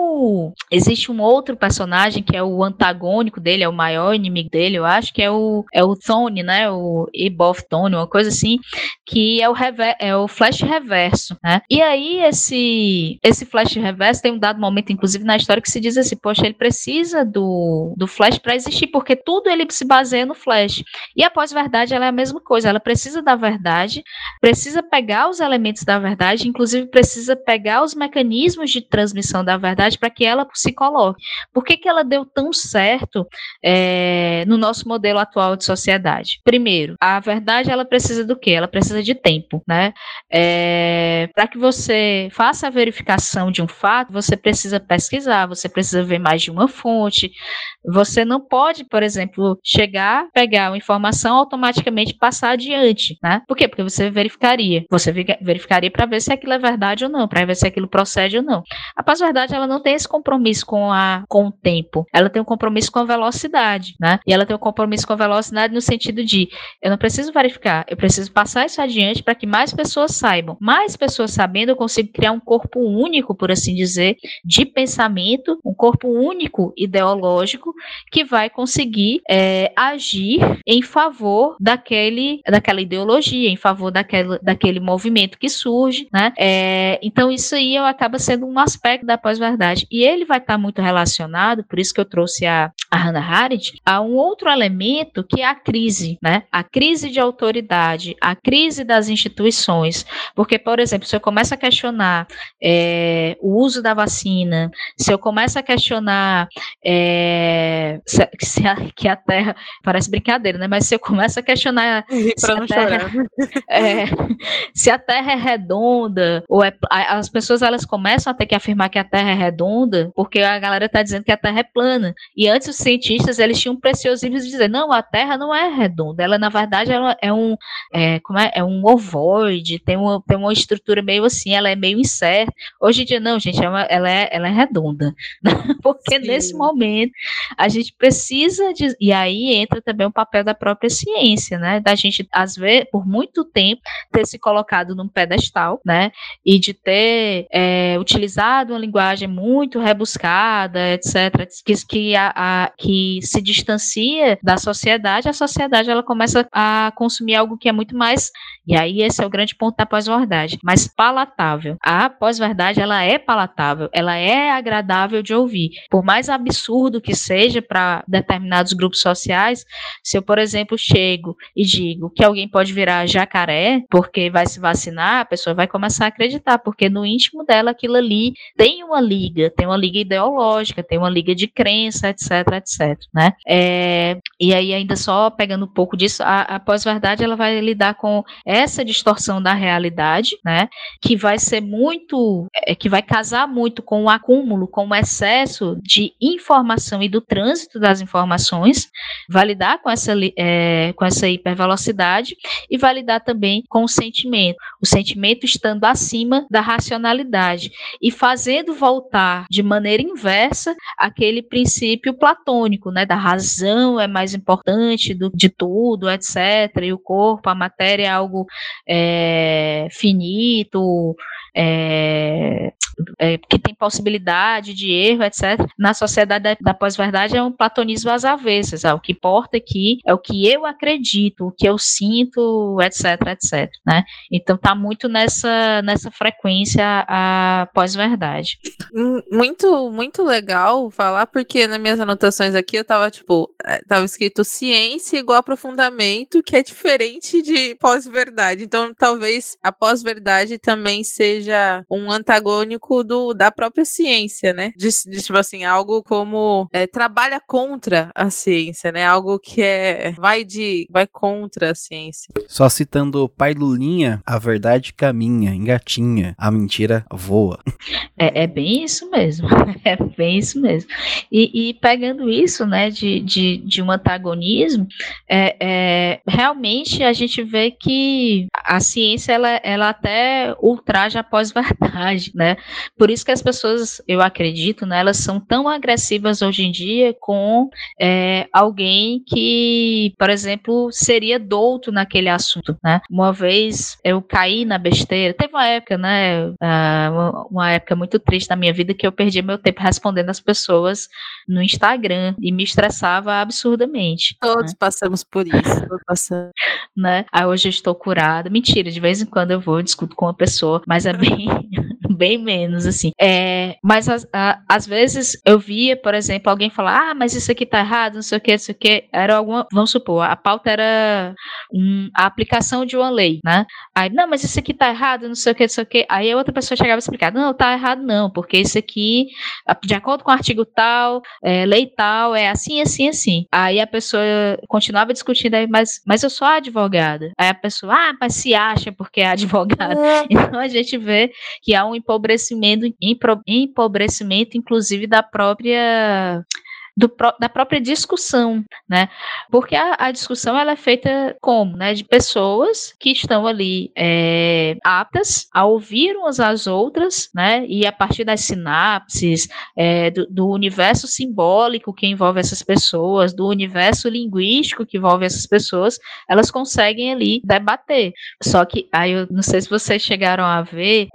existe um outro personagem que é o antagônico dele, é o maior inimigo dele, eu acho, que é o Tony, né? O Eboth Tony, uma coisa assim, que é o Flash Reverso, né? E aí esse Flash Reverso tem um dado momento, inclusive na história, que se diz assim: poxa, ele precisa do Flash para existir, porque tudo ele se baseia no Flash. E a pós-verdade, ela é a mesma coisa, ela precisa da verdade, precisa pegar os elementos da verdade, inclusive precisa pegar os mecanismos de transmissão da verdade para que ela se coloque. Por que ela deu tão certo no nosso modelo atual de sociedade? Primeiro, a verdade, ela precisa do quê? Ela precisa de tempo, né? Para que você faça a verificação de um fato, você precisa pesquisar, você precisa ver mais de uma fonte. Você não pode, por exemplo, chegar, pegar uma informação, automaticamente passar adiante, né? Por quê? Porque você verificaria. Você verificaria para ver se aquilo é verdade ou não, para ver se aquilo procede ou não. A pós-verdade, ela não tem esse compromisso com o tempo. Ela tem um compromisso com a velocidade, né? E ela tem um compromisso com a velocidade no sentido de: eu não preciso verificar, eu preciso passar isso adiante para que mais pessoas saibam. Mais pessoas sabendo, eu consigo criar um corpo único, por assim dizer, de pensamento, um corpo único ideológico, que vai conseguir agir em favor daquela ideologia, em favor daquele movimento que surge, né? Então isso aí acaba sendo um aspecto da pós-verdade, e ele vai estar muito relacionado, por isso que eu trouxe a Hannah Arendt, a um outro elemento, que é a crise, né? A crise de autoridade, a crise das instituições, porque, por exemplo, se eu começo a questionar o uso da vacina, se eu começo a questionar que a Terra, parece brincadeira, né? Mas se eu começo a questionar se a Terra é redonda, ou as pessoas, elas começam a ter que afirmar que a Terra é redonda, porque a galera está dizendo que a Terra é plana. E antes os cientistas, eles tinham preciosismo de dizer: não, a Terra não é redonda, ela na verdade é um ovoide, tem uma estrutura meio assim, ela é meio incerta. Hoje em dia não, gente, ela é redonda. Porque sim, nesse momento a gente precisa e aí entra também o papel da própria ciência, né? Da gente, às vezes, por muito tempo, ter se colocado num pedestal, né? E de ter utilizado uma linguagem muito rebuscada, etc., que se distancia da sociedade. A sociedade, ela começa a consumir algo que é muito mais, e aí esse é o grande ponto da pós-verdade, mais palatável. A pós-verdade, ela é palatável, ela é agradável de ouvir. Por mais absurdo que seja para determinados grupos sociais, se eu, por exemplo, chego e digo que alguém pode virar jacaré porque vai se vacinar, a pessoa vai começar a acreditar, porque no íntimo dela aquilo ali tem uma liga ideológica, tem uma liga de crença, etc, etc, né? E aí, ainda só pegando um pouco disso, a pós-verdade, ela vai lidar com essa distorção da realidade, né? Que vai ser que vai casar muito com o acúmulo, com o excesso de informação e do trânsito das informações, vai lidar com essa hipervelocidade, e vai lidar também com o sentimento estando acima da racionalidade e fazendo voltar de maneira inversa aquele princípio platônico, né, da razão é mais importante de tudo, etc., e o corpo, a matéria é algo finito, que tem possibilidade de erro, etc. Na sociedade da pós-verdade é um platonismo às avessas. O que importa aqui é o que eu acredito, o que eu sinto, etc, etc, né? Então tá muito nessa frequência a pós-verdade. Muito, muito legal falar, porque nas minhas anotações aqui eu tava escrito ciência igual aprofundamento, que é diferente de pós-verdade. Então talvez a pós-verdade também seja um antagônico pouco da própria ciência, né? De tipo assim, algo como trabalha contra a ciência, né? Algo que vai contra a ciência. Só citando o pai Lulinha, a verdade caminha, engatinha, a mentira voa. É bem isso mesmo, é bem isso mesmo. E pegando isso, né, de um antagonismo, realmente a gente vê que a ciência, ela até ultraja a pós-verdade, né? Por isso que as pessoas, eu acredito, né, elas são tão agressivas hoje em dia com alguém que, por exemplo, seria douto naquele assunto, né? Uma vez eu caí na besteira, teve uma época, né, uma época muito triste na minha vida que eu perdi meu tempo respondendo as pessoas no Instagram e me estressava absurdamente. Todos passamos por isso, todos passamos. Né? Aí hoje eu estou curada. Mentira, de vez em quando eu vou, discuto com uma pessoa, mas é bem menos, assim. Mas às vezes eu via, por exemplo, alguém falar, mas isso aqui tá errado, não sei o que, era alguma, vamos supor, a pauta era a aplicação de uma lei, né? Aí, não, mas isso aqui tá errado, não sei o que, aí a outra pessoa chegava a explicar, não, tá errado não, porque isso aqui, de acordo com o artigo tal, lei tal, é assim, assim, assim. Aí a pessoa continuava discutindo, aí, mas eu sou advogada. Aí a pessoa, mas se acha porque é advogada. Então a gente vê que há um empobrecimento, inclusive, da própria discussão, né? Porque a discussão ela é feita como, né? De pessoas que estão ali aptas a ouvir umas às outras, né? E a partir das sinapses, do universo simbólico que envolve essas pessoas, do universo linguístico que envolve essas pessoas, elas conseguem ali debater. Só que, aí eu não sei se vocês chegaram a ver,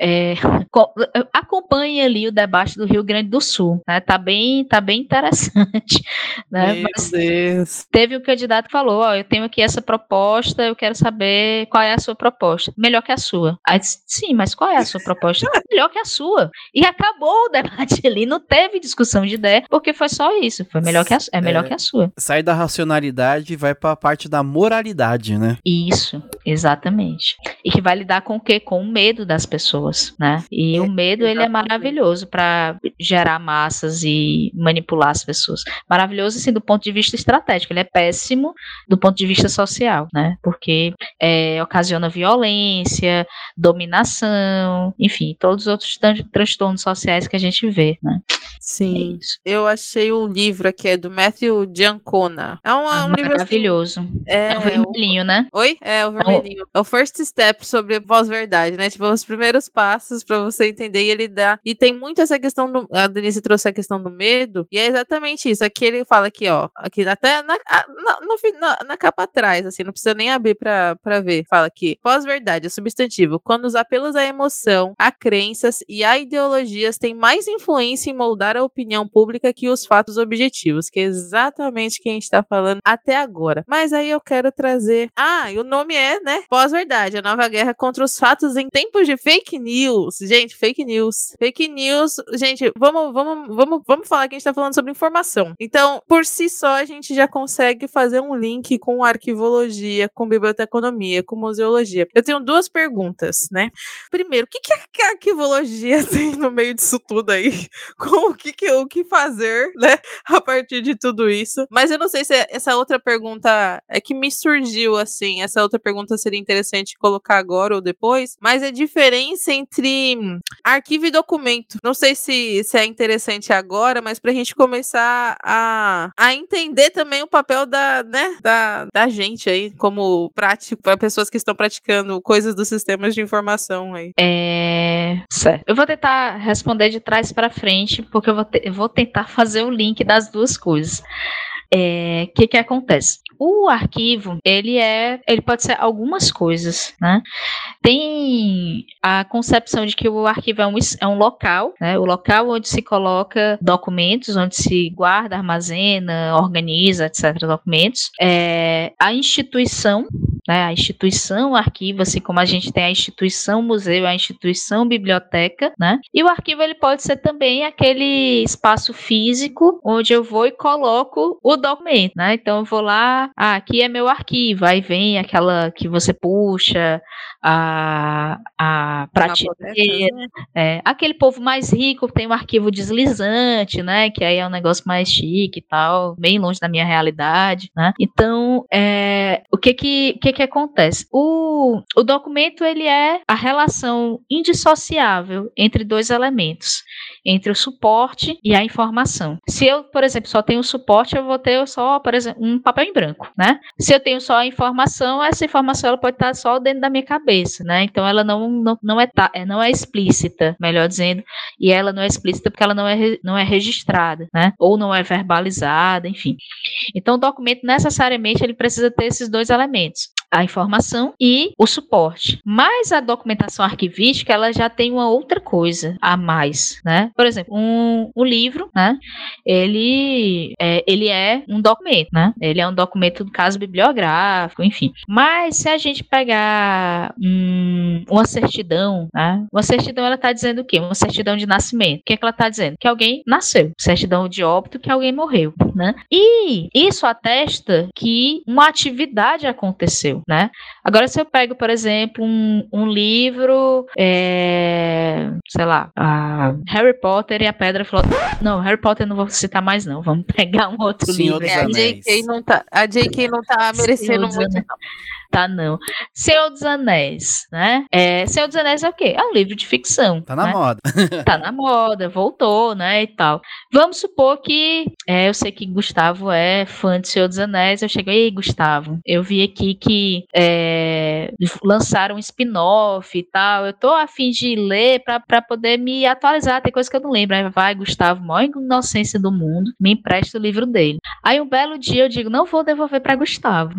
acompanhem ali o debate do Rio Grande do Sul, né? Tá bem interessante. Né? Meu Deus. Teve um candidato que falou, eu tenho aqui essa proposta, eu quero saber qual é a sua proposta. Melhor que a sua. Aí disse, sim, mas qual é a sua proposta? Melhor que a sua. E acabou o debate ali, não teve discussão de ideia, porque foi só isso, foi melhor que melhor que a sua. Sai da racionalidade e vai para a parte da moralidade, né? Isso, exatamente. E que vai lidar com o quê? Com o medo das pessoas, né? E o medo, ele é maravilhoso para gerar massas e manipular as pessoas. Maravilhoso, assim, do ponto de vista estratégico. Ele é péssimo do ponto de vista social, né? Porque ocasiona violência, dominação, enfim, todos os outros transtornos sociais que a gente vê, né? Sim, eu achei um livro aqui, do Matthew Giancona. É um livro maravilhoso. Assim, é o vermelhinho, né? Oi? É o vermelhinho. É o First Step sobre pós-verdade, né? Tipo, os primeiros passos pra você entender, e ele dá. E tem muito essa questão a Denise trouxe a questão do medo, e é exatamente isso. Aqui ele fala aqui, ó. Aqui até na capa atrás, assim, não precisa nem abrir pra ver. Fala aqui. Pós-verdade é substantivo. Quando os apelos à emoção, a crenças e a ideologias têm mais influência em moldar a opinião pública que os fatos objetivos, que é exatamente o que a gente tá falando até agora. Mas aí eu quero trazer... e o nome é, né? Pós-verdade, a nova guerra contra os fatos em tempos de fake news. Gente, fake news. Fake news, gente, vamos falar que a gente tá falando sobre informação. Então, por si só, a gente já consegue fazer um link com arquivologia, com biblioteconomia, com museologia. Eu tenho duas perguntas, né? Primeiro, o que a arquivologia tem no meio disso tudo aí? O que fazer, né, a partir de tudo isso. Mas eu não sei se essa outra pergunta é que me surgiu, assim, essa outra pergunta seria interessante colocar agora ou depois, mas a diferença entre arquivo e documento. Não sei se é interessante agora, mas pra gente começar a entender também o papel da gente aí, como prático, para pessoas que estão praticando coisas dos sistemas de informação aí. Certo. Eu vou tentar responder de trás para frente, porque eu vou tentar fazer o link das duas coisas. O que acontece? O arquivo, ele pode ser algumas coisas, né? Tem a concepção de que o arquivo é um local, né? O local onde se coloca documentos, onde se guarda, armazena, organiza, etc. documentos. A instituição, né, a instituição arquivo, assim como a gente tem a instituição museu, a instituição biblioteca, né? E o arquivo ele pode ser também aquele espaço físico onde eu vou e coloco o documento, né? Então eu vou lá, aqui é meu arquivo, aí vem aquela que você puxa a prateleira, aquele povo mais rico tem um arquivo deslizante, né? Que aí é um negócio mais chique e tal, bem longe da minha realidade, né? Então, o que acontece? O documento, ele é a relação indissociável entre dois elementos, entre o suporte e a informação. Se eu, por exemplo, só tenho o suporte, eu vou ter só, por exemplo, um papel em branco, né? Se eu tenho só a informação, essa informação ela pode estar só dentro da minha cabeça, né? Então ela não é explícita, melhor dizendo, e ela não é explícita porque ela não é registrada, né? Ou não é verbalizada, enfim. Então o documento necessariamente ele precisa ter esses dois elementos, a informação e o suporte. Mas a documentação arquivística, ela já tem uma outra coisa a mais, né? Por exemplo, um livro, né? Ele é um documento, né? Ele é um documento, no caso, bibliográfico, enfim. Mas se a gente pegar uma certidão, né? Uma certidão, ela está dizendo o quê? Uma certidão de nascimento. O que ela está dizendo? Que alguém nasceu. Certidão de óbito, que alguém morreu, né? E isso atesta que uma atividade aconteceu, né? Agora, se eu pego, por exemplo, um livro, sei lá, Harry Potter e a Pedra Filosofal. Não, Harry Potter não vou citar mais, não. Vamos pegar um outro Senhor livro. A J.K. não tá merecendo muito, não. Tá, não. Senhor dos Anéis, né? Senhor dos Anéis é o quê? É um livro de ficção. Tá na moda. Tá na moda, voltou, né, e tal. Vamos supor que, eu sei que Gustavo é fã de Senhor dos Anéis, eu chego, ei, Gustavo, eu vi aqui que lançaram um spin-off e tal, eu tô a fim de ler pra poder me atualizar, tem coisa que eu não lembro. Aí vai, Gustavo, maior inocência do mundo, me empresta o livro dele. Aí um belo dia eu digo, não vou devolver pra Gustavo.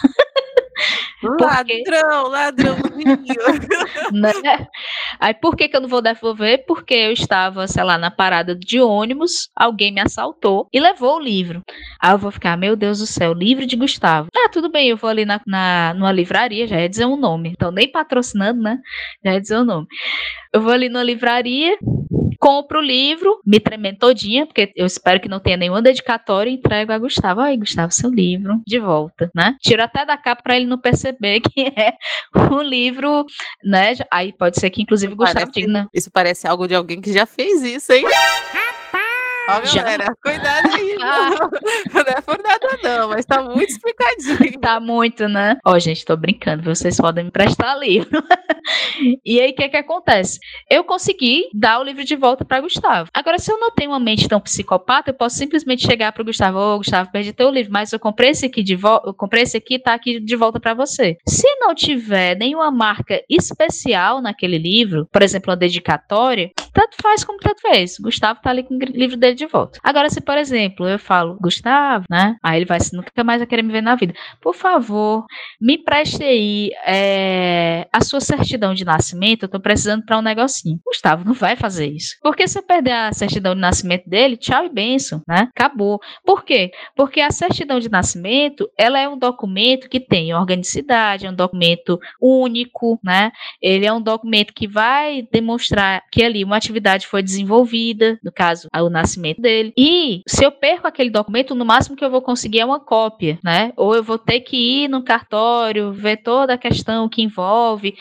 Ladrãozinho. Né? Aí por que eu não vou devolver? Porque eu estava, sei lá, na parada de ônibus, alguém me assaltou e levou o livro. Aí eu vou ficar, meu Deus do céu, livro de Gustavo. Tudo bem, eu vou ali numa livraria, já ia dizer um nome, então nem patrocinando, né? Já ia dizer o nome. Eu vou ali numa livraria, compro o livro, me tremendo todinha, porque eu espero que não tenha nenhuma dedicatória, e entrego a Gustavo. Aí, Gustavo, seu livro, de volta, né? Tiro até da capa para ele não perceber que é um livro, né? Aí pode ser que, inclusive, o Gustavo diga, né? Isso parece algo de alguém que já fez isso, hein? Ó, galera, cuidado aí. Não é por nada não, mas tá muito explicadinho. Tá muito, né? Ó, gente, tô brincando, vocês podem me emprestar livro. E aí, o que acontece? Eu consegui dar o livro de volta pra Gustavo. Agora, se eu não tenho uma mente tão psicopata, eu posso simplesmente chegar pro Gustavo, Gustavo, perdi teu livro, mas eu comprei esse aqui tá aqui de volta pra você. Se não tiver nenhuma marca especial naquele livro, por exemplo, uma dedicatória, tanto faz como tanto fez. Gustavo tá ali com o livro dele de volta. Agora, se, por exemplo, eu falo, Gustavo, né? Aí ele vai nunca mais vai querer me ver na vida. Por favor, me preste aí a sua certidão de nascimento, eu tô precisando para um negocinho. Gustavo não vai fazer isso. Porque se eu perder a certidão de nascimento dele, tchau e benção, né? Acabou. Por quê? Porque a certidão de nascimento, ela é um documento que tem organicidade, é um documento único, né? Ele é um documento que vai demonstrar que ali uma atividade foi desenvolvida, no caso, o nascimento dele. E se eu perco aquele documento, no máximo que eu vou conseguir é uma cópia, né? Ou eu vou ter que ir no cartório, ver toda a questão que envolve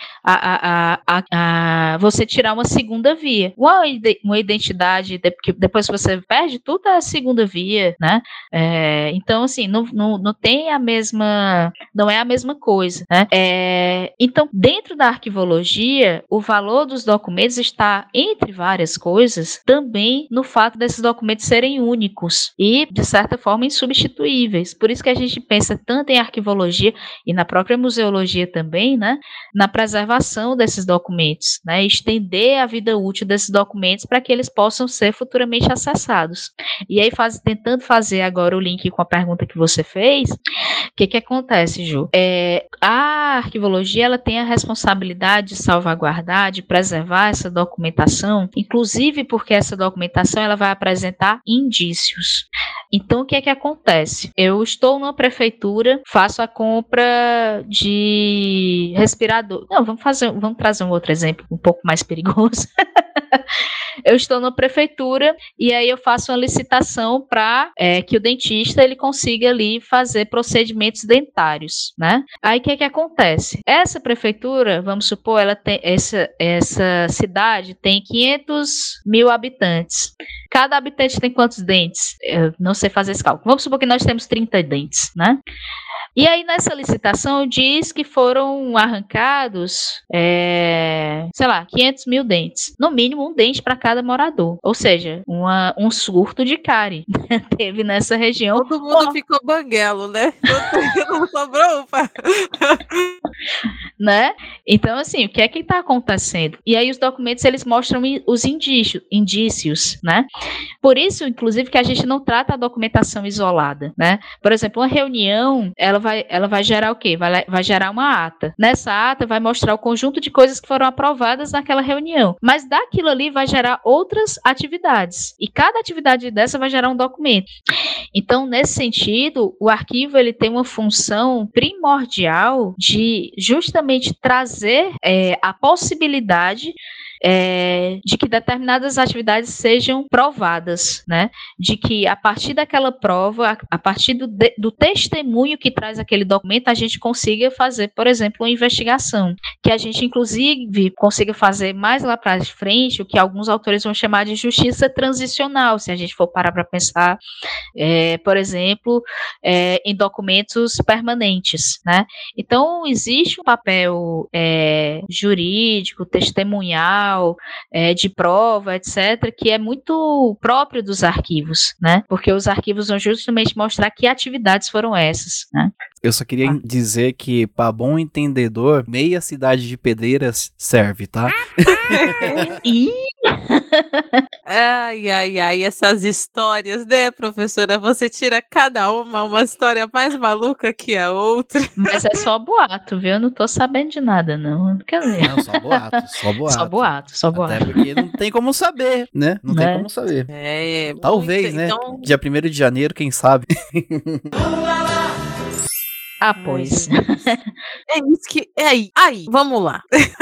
você tirar uma segunda via. Uma identidade, depois que você perde, tudo é a segunda via, né? Então, assim, não tem a mesma, não é a mesma coisa, né? Então, dentro da arquivologia, o valor dos documentos está, entre várias coisas, também no fato desses documentos serem únicos e, de certa forma, insubstituíveis. Por isso que a gente pensa tanto em arquivologia e na própria museologia também, né? Na preservação desses documentos, né? Estender a vida útil desses documentos para que eles possam ser futuramente acessados. E aí, tentando fazer agora o link com a pergunta que você fez, o que acontece, Ju? A arquivologia, ela tem a responsabilidade de salvaguardar, de preservar essa documentação documentação, inclusive porque essa documentação ela vai apresentar indícios. Então, o que é que acontece? Eu estou numa prefeitura, faço a compra de respirador. Não, vamos trazer um outro exemplo um pouco mais perigoso. Eu estou na prefeitura e aí eu faço uma licitação para que o dentista ele consiga ali fazer procedimentos dentários, né? Aí o que é que acontece? Essa prefeitura, vamos supor, ela tem essa cidade tem 500 mil habitantes. Cada habitante tem quantos dentes? Eu não sei fazer esse cálculo. Vamos supor que nós temos 30 dentes, né? E aí, nessa licitação, diz que foram arrancados, 500 mil dentes. No mínimo, um dente para cada morador. Ou seja, um surto de cárie teve nessa região. Todo mundo ficou banguelo, né? Não sobrou upa. Né? Então, assim, o que é que está acontecendo? E aí, os documentos, eles mostram os indícios, né? Por isso, inclusive, que a gente não trata a documentação isolada, né? Por exemplo, uma reunião, ela vai gerar o quê? Vai gerar uma ata. Nessa ata vai mostrar o conjunto de coisas que foram aprovadas naquela reunião. Mas daquilo ali vai gerar outras atividades. E cada atividade dessa vai gerar um documento. Então, nesse sentido, o arquivo ele tem uma função primordial de justamente trazer a possibilidade de que determinadas atividades sejam provadas, né? De que a partir daquela prova, a partir do testemunho que traz aquele documento, a gente consiga fazer, por exemplo, uma investigação, que a gente inclusive consiga fazer mais lá para frente, o que alguns autores vão chamar de justiça transicional, se a gente for parar para pensar, por exemplo, em documentos permanentes, né? Então, existe um papel jurídico, testemunhal, de prova, etc., que é muito próprio dos arquivos, né? Porque os arquivos vão justamente mostrar que atividades foram essas, né? Eu só queria dizer que, para bom entendedor, meia cidade de Pedreiras serve, tá? Ai, essas histórias, né, professora? Você tira cada uma história mais maluca que a outra. Mas é só boato, viu? Eu não tô sabendo de nada, não. Não, só boato. Só boato. Até porque não tem como saber, né? Não tem como saber. Talvez, né? Então... Dia 1º de janeiro, quem sabe? Pois. É isso que... Aí, vamos lá.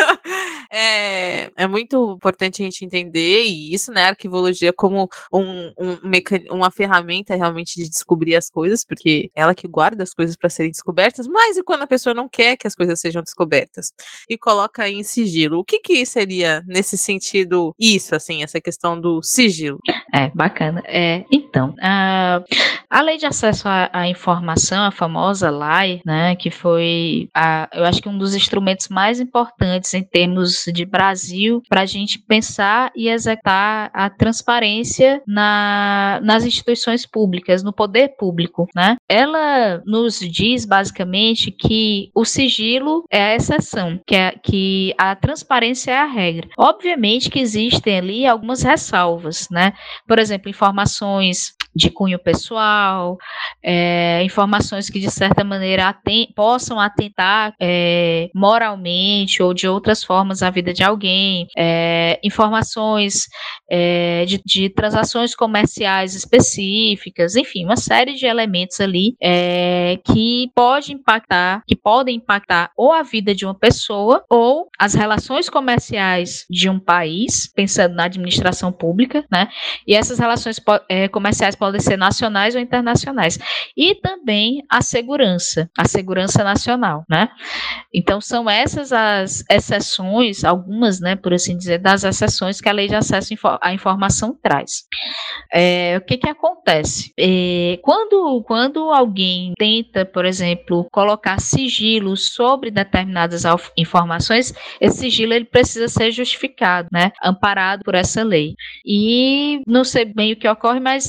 É muito importante a gente entender isso, né? A arquivologia como uma ferramenta realmente de descobrir as coisas, porque ela que guarda as coisas para serem descobertas, mas e quando a pessoa não quer que as coisas sejam descobertas? E coloca em sigilo. O que seria, nesse sentido, isso, assim, essa questão do sigilo? Bacana. Então, a Lei de Acesso à Informação, a famosa LAI, né, que foi, eu acho que um dos instrumentos mais importantes em termos de Brasil para a gente pensar e executar a transparência nas instituições públicas, no poder público, né? Ela nos diz basicamente que o sigilo é a exceção, que a transparência é a regra. Obviamente que existem ali algumas ressalvas, né? Por exemplo, informações de cunho pessoal, informações que de certa maneira possam atentar moralmente ou de outras formas à vida de alguém, informações de transações comerciais específicas, enfim, uma série de elementos ali que podem impactar ou a vida de uma pessoa ou as relações comerciais de um país, pensando na administração pública, né? E essas relações comerciais podem ser nacionais ou internacionais. E também a segurança nacional, né? Então, são essas as exceções, algumas, né, por assim dizer, das exceções que a Lei de Acesso à Informação traz. O que acontece? Quando alguém tenta, por exemplo, colocar sigilo sobre determinadas informações, esse sigilo ele precisa ser justificado, né, amparado por essa lei. E não sei bem o que ocorre, mas me parece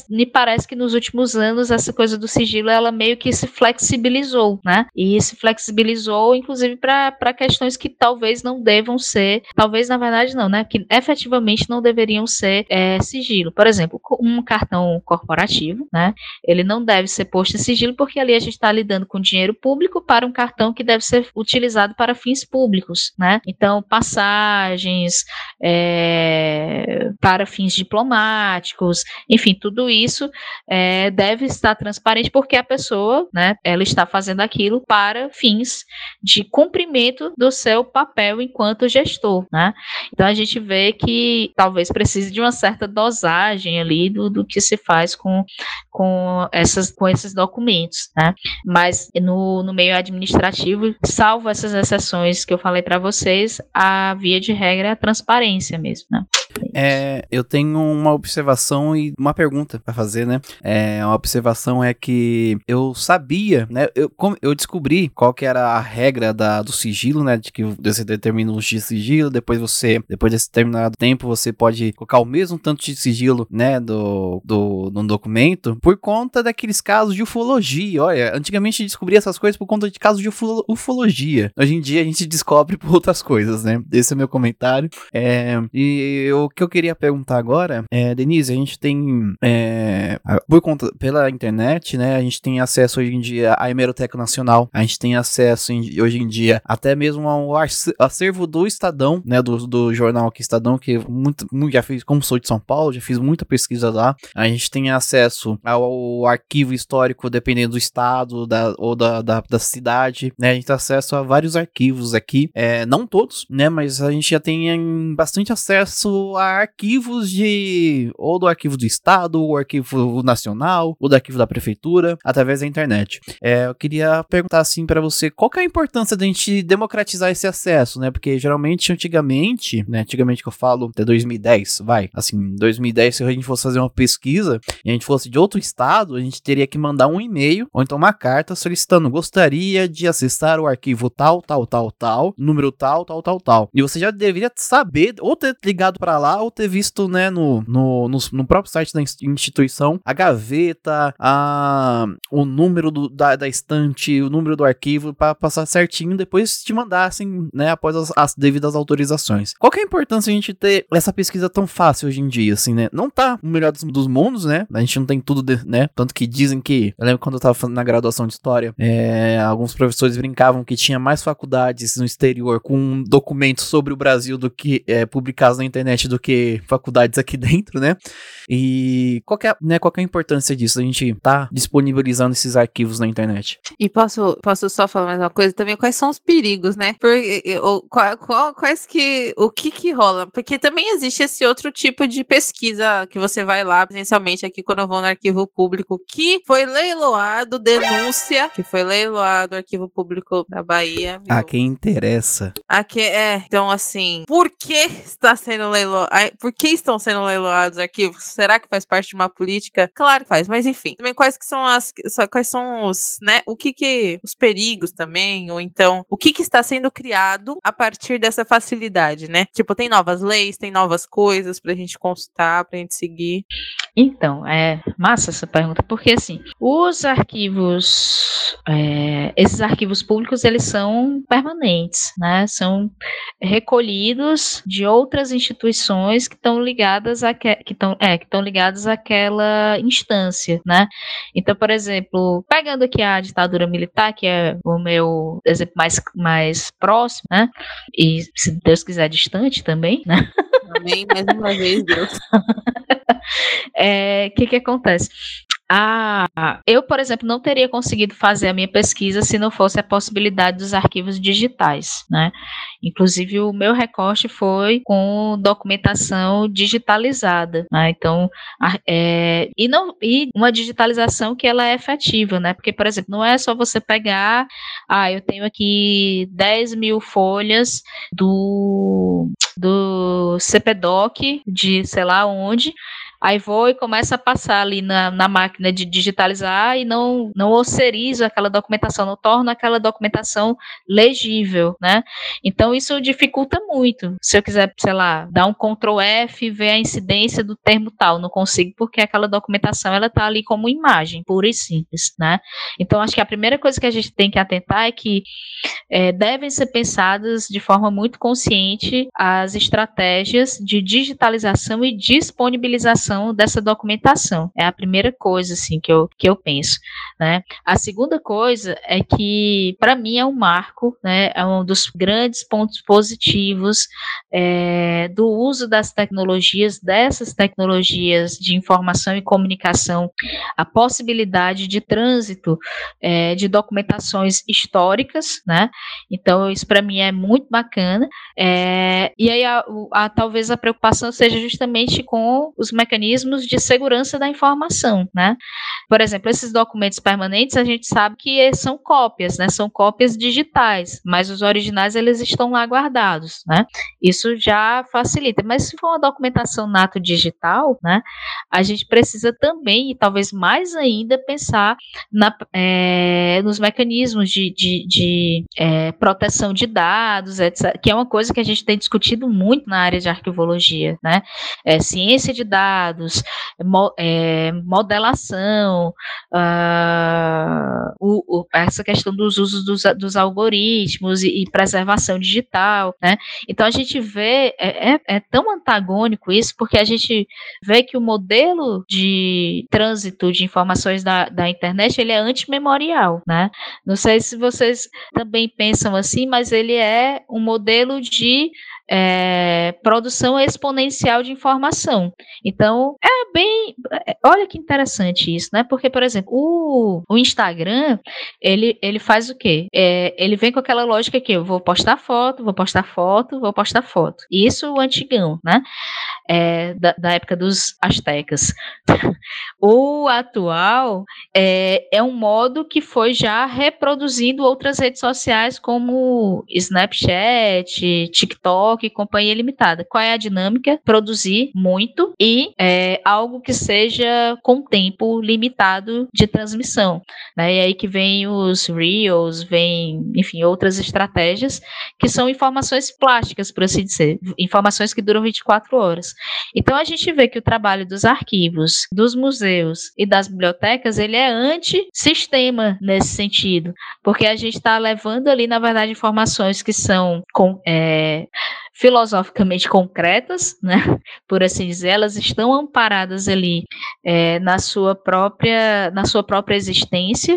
parece que nos últimos anos essa coisa do sigilo, ela meio que se flexibilizou, né? E se flexibilizou, inclusive, para questões que talvez não devam ser, talvez na verdade não, né? Que efetivamente não deveriam ser sigilo. Por exemplo, um cartão corporativo, né? Ele não deve ser posto em sigilo porque ali a gente está lidando com dinheiro público para um cartão que deve ser utilizado para fins públicos, né? Então, passagens para fins diplomáticos, enfim, tudo isso deve estar transparente porque a pessoa, né, ela está fazendo aquilo para fins de cumprimento do seu papel enquanto gestor, né? Então a gente vê que talvez precise de uma certa dosagem ali do que se faz com esses documentos, né? Mas no meio administrativo, salvo essas exceções que eu falei para vocês, a via de regra é a transparência mesmo, né? Eu tenho uma observação e uma pergunta para fazer, né? A observação é que eu sabia, né? Eu descobri qual que era a regra do sigilo, né? De que você determina os de sigilo, depois desse determinado tempo, você pode colocar o mesmo tanto de sigilo, né? No documento, por conta daqueles casos de ufologia. Olha, antigamente a gente descobria essas coisas por conta de casos de ufologia. Hoje em dia a gente descobre por outras coisas, né? Esse é o meu comentário. O que eu queria perguntar agora, Denise, a gente tem, pela internet, né, a gente tem acesso hoje em dia à Hemeroteca Nacional, a gente tem acesso hoje em dia até mesmo ao acervo do Estadão, né, do jornal aqui Estadão, que já fiz, como sou de São Paulo, já fiz muita pesquisa lá, a gente tem acesso ao arquivo histórico, dependendo do estado ou da cidade, né, a gente tem acesso a vários arquivos aqui, não todos, né, mas a gente já tem bastante acesso a arquivos ou do arquivo do estado, ou arquivo nacional, ou do arquivo da prefeitura, através da internet. Eu queria perguntar assim pra você, qual que é a importância da gente democratizar esse acesso, né? Porque geralmente, antigamente que eu falo até 2010, em 2010, se a gente fosse fazer uma pesquisa e a gente fosse de outro estado, a gente teria que mandar um e-mail ou então uma carta solicitando, gostaria de acessar o arquivo tal, número tal. E você já deveria saber, ou ter ligado pra lá, ou ter visto, né, no próprio site da instituição, a gaveta, o número da estante, o número do arquivo, para passar certinho, depois te mandassem, né, após as devidas autorizações. Qual que é a importância de a gente ter essa pesquisa tão fácil hoje em dia, assim, né? Não tá o melhor dos mundos, né? A gente não tem tudo, né? Tanto que dizem que, eu lembro quando eu tava fazendo na graduação de História, alguns professores brincavam que tinha mais faculdades no exterior com documentos sobre o Brasil do que publicados na internet do que faculdades aqui dentro, né? E qual que é a importância disso? A gente tá disponibilizando esses arquivos na internet. E posso só falar mais uma coisa também? Quais são os perigos, né? O que rola? Porque também existe esse outro tipo de pesquisa que você vai lá, presencialmente aqui quando eu vou no arquivo público, que foi leiloado, denúncia, que foi leiloado, arquivo público da Bahia. Viu? A quem interessa. Então assim, por que está sendo leiloado? Por que estão sendo leiloados arquivos? Será que faz parte de uma política? Claro que faz, mas enfim. Também quais são os, né? Os perigos também, ou então, o que está sendo criado a partir dessa facilidade, né? Tipo, tem novas leis, tem novas coisas pra gente consultar, pra gente seguir. Então, é massa essa pergunta, porque assim, os arquivos, esses arquivos públicos, eles são permanentes, né? São recolhidos de outras instituições que estão ligadas àquela instância, né? Então, por exemplo, pegando aqui a ditadura militar, que é o meu exemplo mais próximo, né? E, se Deus quiser, distante também, né? Amém, mais uma vez, Deus. Que acontece? Eu, por exemplo, não teria conseguido fazer a minha pesquisa se não fosse a possibilidade dos arquivos digitais, né? Inclusive, o meu recorte foi com documentação digitalizada, né? Então, e uma digitalização que ela é efetiva, né? Porque, por exemplo, não é só você pegar, eu tenho aqui 10.000 folhas do CPDOC de sei lá onde. Aí vou e começo a passar ali na máquina de digitalizar e não osserizo aquela documentação, não torno aquela documentação legível, né? Então isso dificulta muito. Se eu quiser, sei lá, dar um Ctrl F e ver a incidência do termo tal, não consigo porque aquela documentação ela está ali como imagem, pura e simples, né? Então acho que a primeira coisa que a gente tem que atentar é que devem ser pensadas de forma muito consciente as estratégias de digitalização e disponibilização dessa documentação. É a primeira coisa assim que eu penso, né? A segunda coisa é que para mim é um marco, né? É um dos grandes pontos positivos do uso das tecnologias, dessas tecnologias de informação e comunicação, a possibilidade de trânsito de documentações históricas, né? Então isso para mim é muito bacana. E aí talvez a preocupação seja justamente com os mecanismos de segurança da informação, né? Por exemplo, esses documentos permanentes a gente sabe que são cópias, né? São cópias digitais, mas os originais eles estão lá guardados, né? Isso já facilita. Mas se for uma documentação nato digital, né? A gente precisa também, e talvez mais ainda, pensar nos mecanismos de proteção de dados, etc., que é uma coisa que a gente tem discutido muito na área de arquivologia, né? Ciência de dados, modelação, essa questão dos usos dos algoritmos e preservação digital, né? Então a gente vê, é tão antagônico isso, porque a gente vê que o modelo de trânsito de informações da internet, ele é antimemorial, né? Não sei se vocês também pensam assim, mas ele é um modelo de produção exponencial de informação. Então, olha que interessante isso, né? Porque, por exemplo, o Instagram, ele faz o quê? Ele vem com aquela lógica que eu vou postar foto, vou postar foto, vou postar foto. Isso o antigão, né? Da época dos astecas. O atual é um modo que foi já reproduzindo outras redes sociais como Snapchat, TikTok e companhia limitada. Qual é a dinâmica? Produzir muito e algo que seja com tempo limitado de transmissão, né? E aí que vem os Reels, enfim, outras estratégias que são informações plásticas, por assim dizer, informações que duram 24 horas. Então a gente vê que o trabalho dos arquivos, dos museus e das bibliotecas, ele é antissistema nesse sentido, porque a gente está levando ali, na verdade, informações que são filosoficamente concretas, né? Por assim dizer, elas estão amparadas ali na sua própria existência,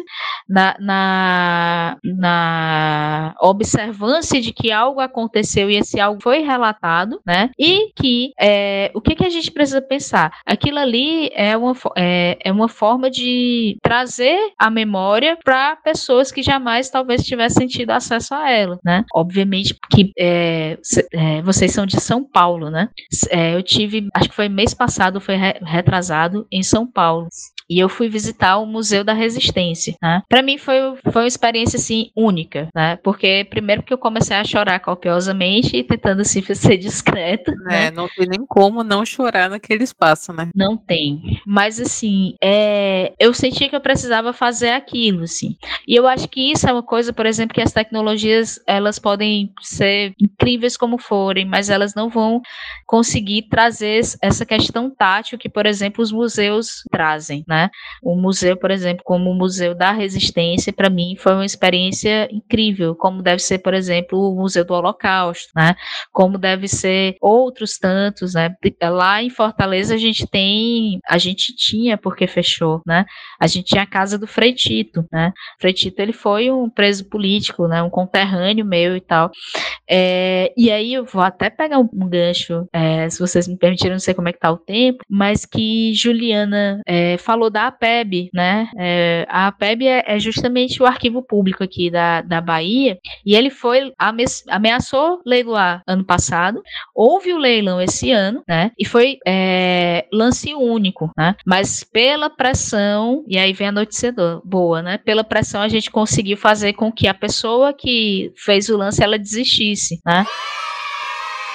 na observância de que algo aconteceu e esse algo foi relatado, né? E que o que a gente precisa pensar? Aquilo ali é uma forma de trazer a memória para pessoas que jamais talvez tivessem tido acesso a ela, né? Obviamente que vocês são de São Paulo, né? Eu tive, acho que foi mês passado, foi retrasado em São Paulo. E eu fui visitar o Museu da Resistência, né? Para mim foi uma experiência, assim, única, né? Porque, primeiro, que eu comecei a chorar copiosamente e tentando, assim, ser discreta, né? Não tem nem como não chorar naquele espaço, né? Não tem. Mas, assim, eu senti que eu precisava fazer aquilo, assim. E eu acho que isso é uma coisa, por exemplo, que as tecnologias, elas podem ser incríveis como forem, mas elas não vão conseguir trazer essa questão tátil que, por exemplo, os museus trazem, né? O museu, por exemplo, como o Museu da Resistência, para mim foi uma experiência incrível, como deve ser, por exemplo, o Museu do Holocausto, né? Como deve ser outros tantos, né? Lá em Fortaleza a gente tinha, porque fechou, né? A gente tinha a casa do Frei Tito, né? Frei Tito, ele foi um preso político, né? Um conterrâneo meu e tal. E aí eu vou até pegar um gancho, se vocês me permitirem, não sei como é que tá o tempo, mas que Juliana falou da APEB, né? A APEB é justamente o arquivo público aqui da Bahia, e ele ameaçou leiloar ano passado, houve o leilão esse ano, né? E foi lance único, né? Mas pela pressão, e aí vem a notícia boa, né? Pela pressão a gente conseguiu fazer com que a pessoa que fez o lance, ela desistisse, né?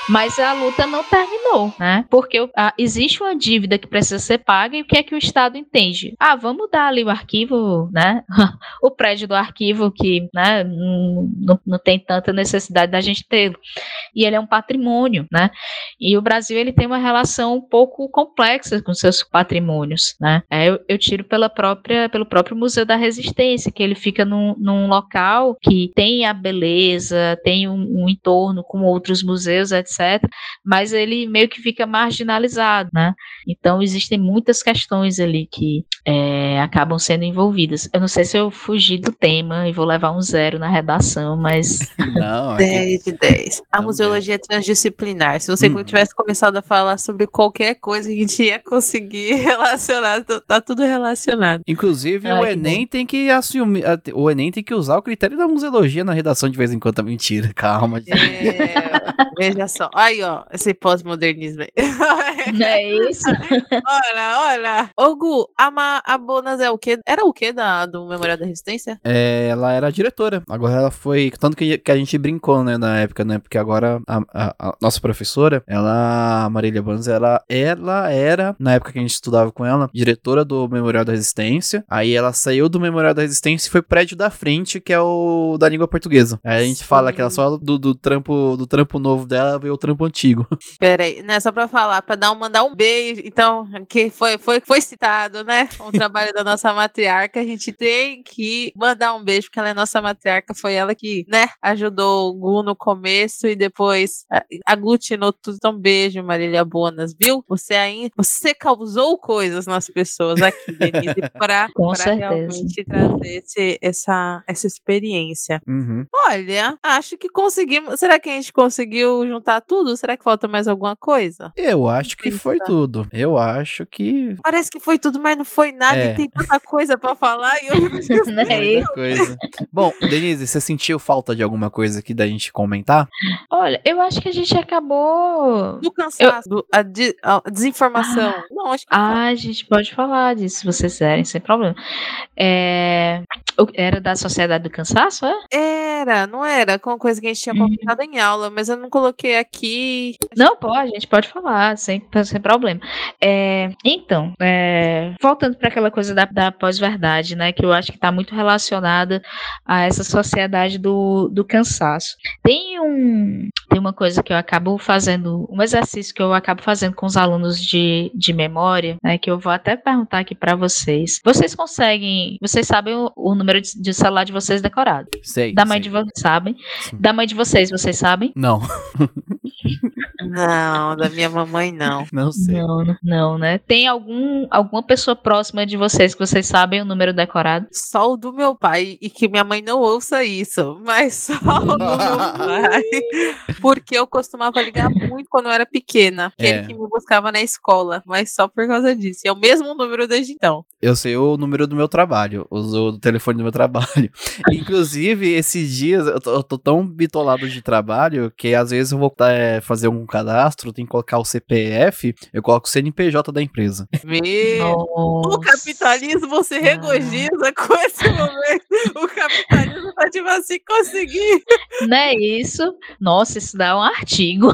Mas a luta não terminou, né? Porque existe uma dívida que precisa ser paga e o que é que o Estado entende? Vamos dar ali o arquivo, né? O prédio do arquivo que, né, não tem tanta necessidade da gente tê-lo. E ele é um patrimônio, né? E o Brasil, ele tem uma relação um pouco complexa com seus patrimônios, né? Eu tiro pelo próprio Museu da Resistência, que ele fica num local que tem a beleza, tem um entorno com outros museus, etc., mas ele meio que fica marginalizado, né? Então, existem muitas questões ali que acabam sendo envolvidas. Eu não sei se eu fugi do tema e vou levar um 0 na redação, mas... Não, 10 de 10. A Também. museologia é transdisciplinar. Se você tivesse começado a falar sobre qualquer coisa, a gente ia conseguir relacionar. Tá tudo relacionado. Inclusive, o Enem tem que assumir. O Enem tem que usar o critério da museologia na redação de vez em quando. Mentira, calma. Veja só. Aí, ó, esse pós-modernismo aí. Não é isso? Olha. Ô, Gu, a Bonas é o quê? Era o quê do Memorial da Resistência? Ela era diretora. Agora ela foi. Tanto que a gente brincou, né, na época, né? Porque agora a nossa professora, a Marília Bonas, ela era, na época que a gente estudava com ela, diretora do Memorial da Resistência. Aí ela saiu do Memorial da Resistência e foi pro prédio da frente, que é o da língua portuguesa. Aí a gente fala que ela só do trampo novo dela veio o trampo antigo. Peraí, né? Só pra falar, mandar um beijo. Então, que foi citado, né? Um trabalho da nossa matriarca. A gente tem que mandar um beijo, porque ela é nossa matriarca. Foi ela que, né, ajudou o Gu no começo e depois aglutinou tudo. Então, beijo, Marília Bonas, viu? Você causou coisas nas pessoas aqui, Denise, pra realmente trazer essa experiência. Uhum. Olha, acho que conseguimos. Será que a gente conseguiu juntar tudo? Será que falta mais alguma coisa? Eu acho que foi tudo. Eu acho que... Parece que foi tudo, mas não foi nada e tem tanta coisa pra falar e eu não Muita coisa. Bom, Denise, você sentiu falta de alguma coisa aqui da gente comentar? Olha, eu acho que a gente acabou... Do cansaço, a desinformação. Não, acho que a gente pode falar disso, se vocês quiserem, sem problema. Era da Sociedade do Cansaço, não era com coisa que a gente tinha comentado em aula, mas eu não coloquei aqui. Não, a gente pode falar, sem problema. Então, voltando para aquela coisa da pós-verdade, né, que eu acho que está muito relacionada a essa sociedade do cansaço. Tem uma coisa que eu acabo fazendo, um exercício que eu acabo fazendo com os alunos de memória, né, que eu vou até perguntar aqui para vocês. Vocês sabem o número de celular de vocês decorado? Sei. Da mãe de vocês, sabem? Sim. Da mãe de vocês sabem? Não. Não, da minha mamãe não. Não sei. Não, né? Tem alguma pessoa próxima de vocês que vocês sabem o número decorado? Só o do meu pai, e que minha mãe não ouça isso, mas só o do meu pai. Porque eu costumava ligar muito quando eu era pequena, que ele que me buscava na escola, mas só por causa disso. E é o mesmo número desde então. Eu sei o número do meu trabalho, o telefone do meu trabalho. Inclusive, esses dias eu tô tão bitolado de trabalho que às vezes eu vou fazer um cadastro, tem que colocar o CPF, eu coloco o CNPJ da empresa. O capitalismo, você regozija com esse momento. O capitalismo tá tipo assim, conseguir. Não é isso? Nossa, isso dá um artigo.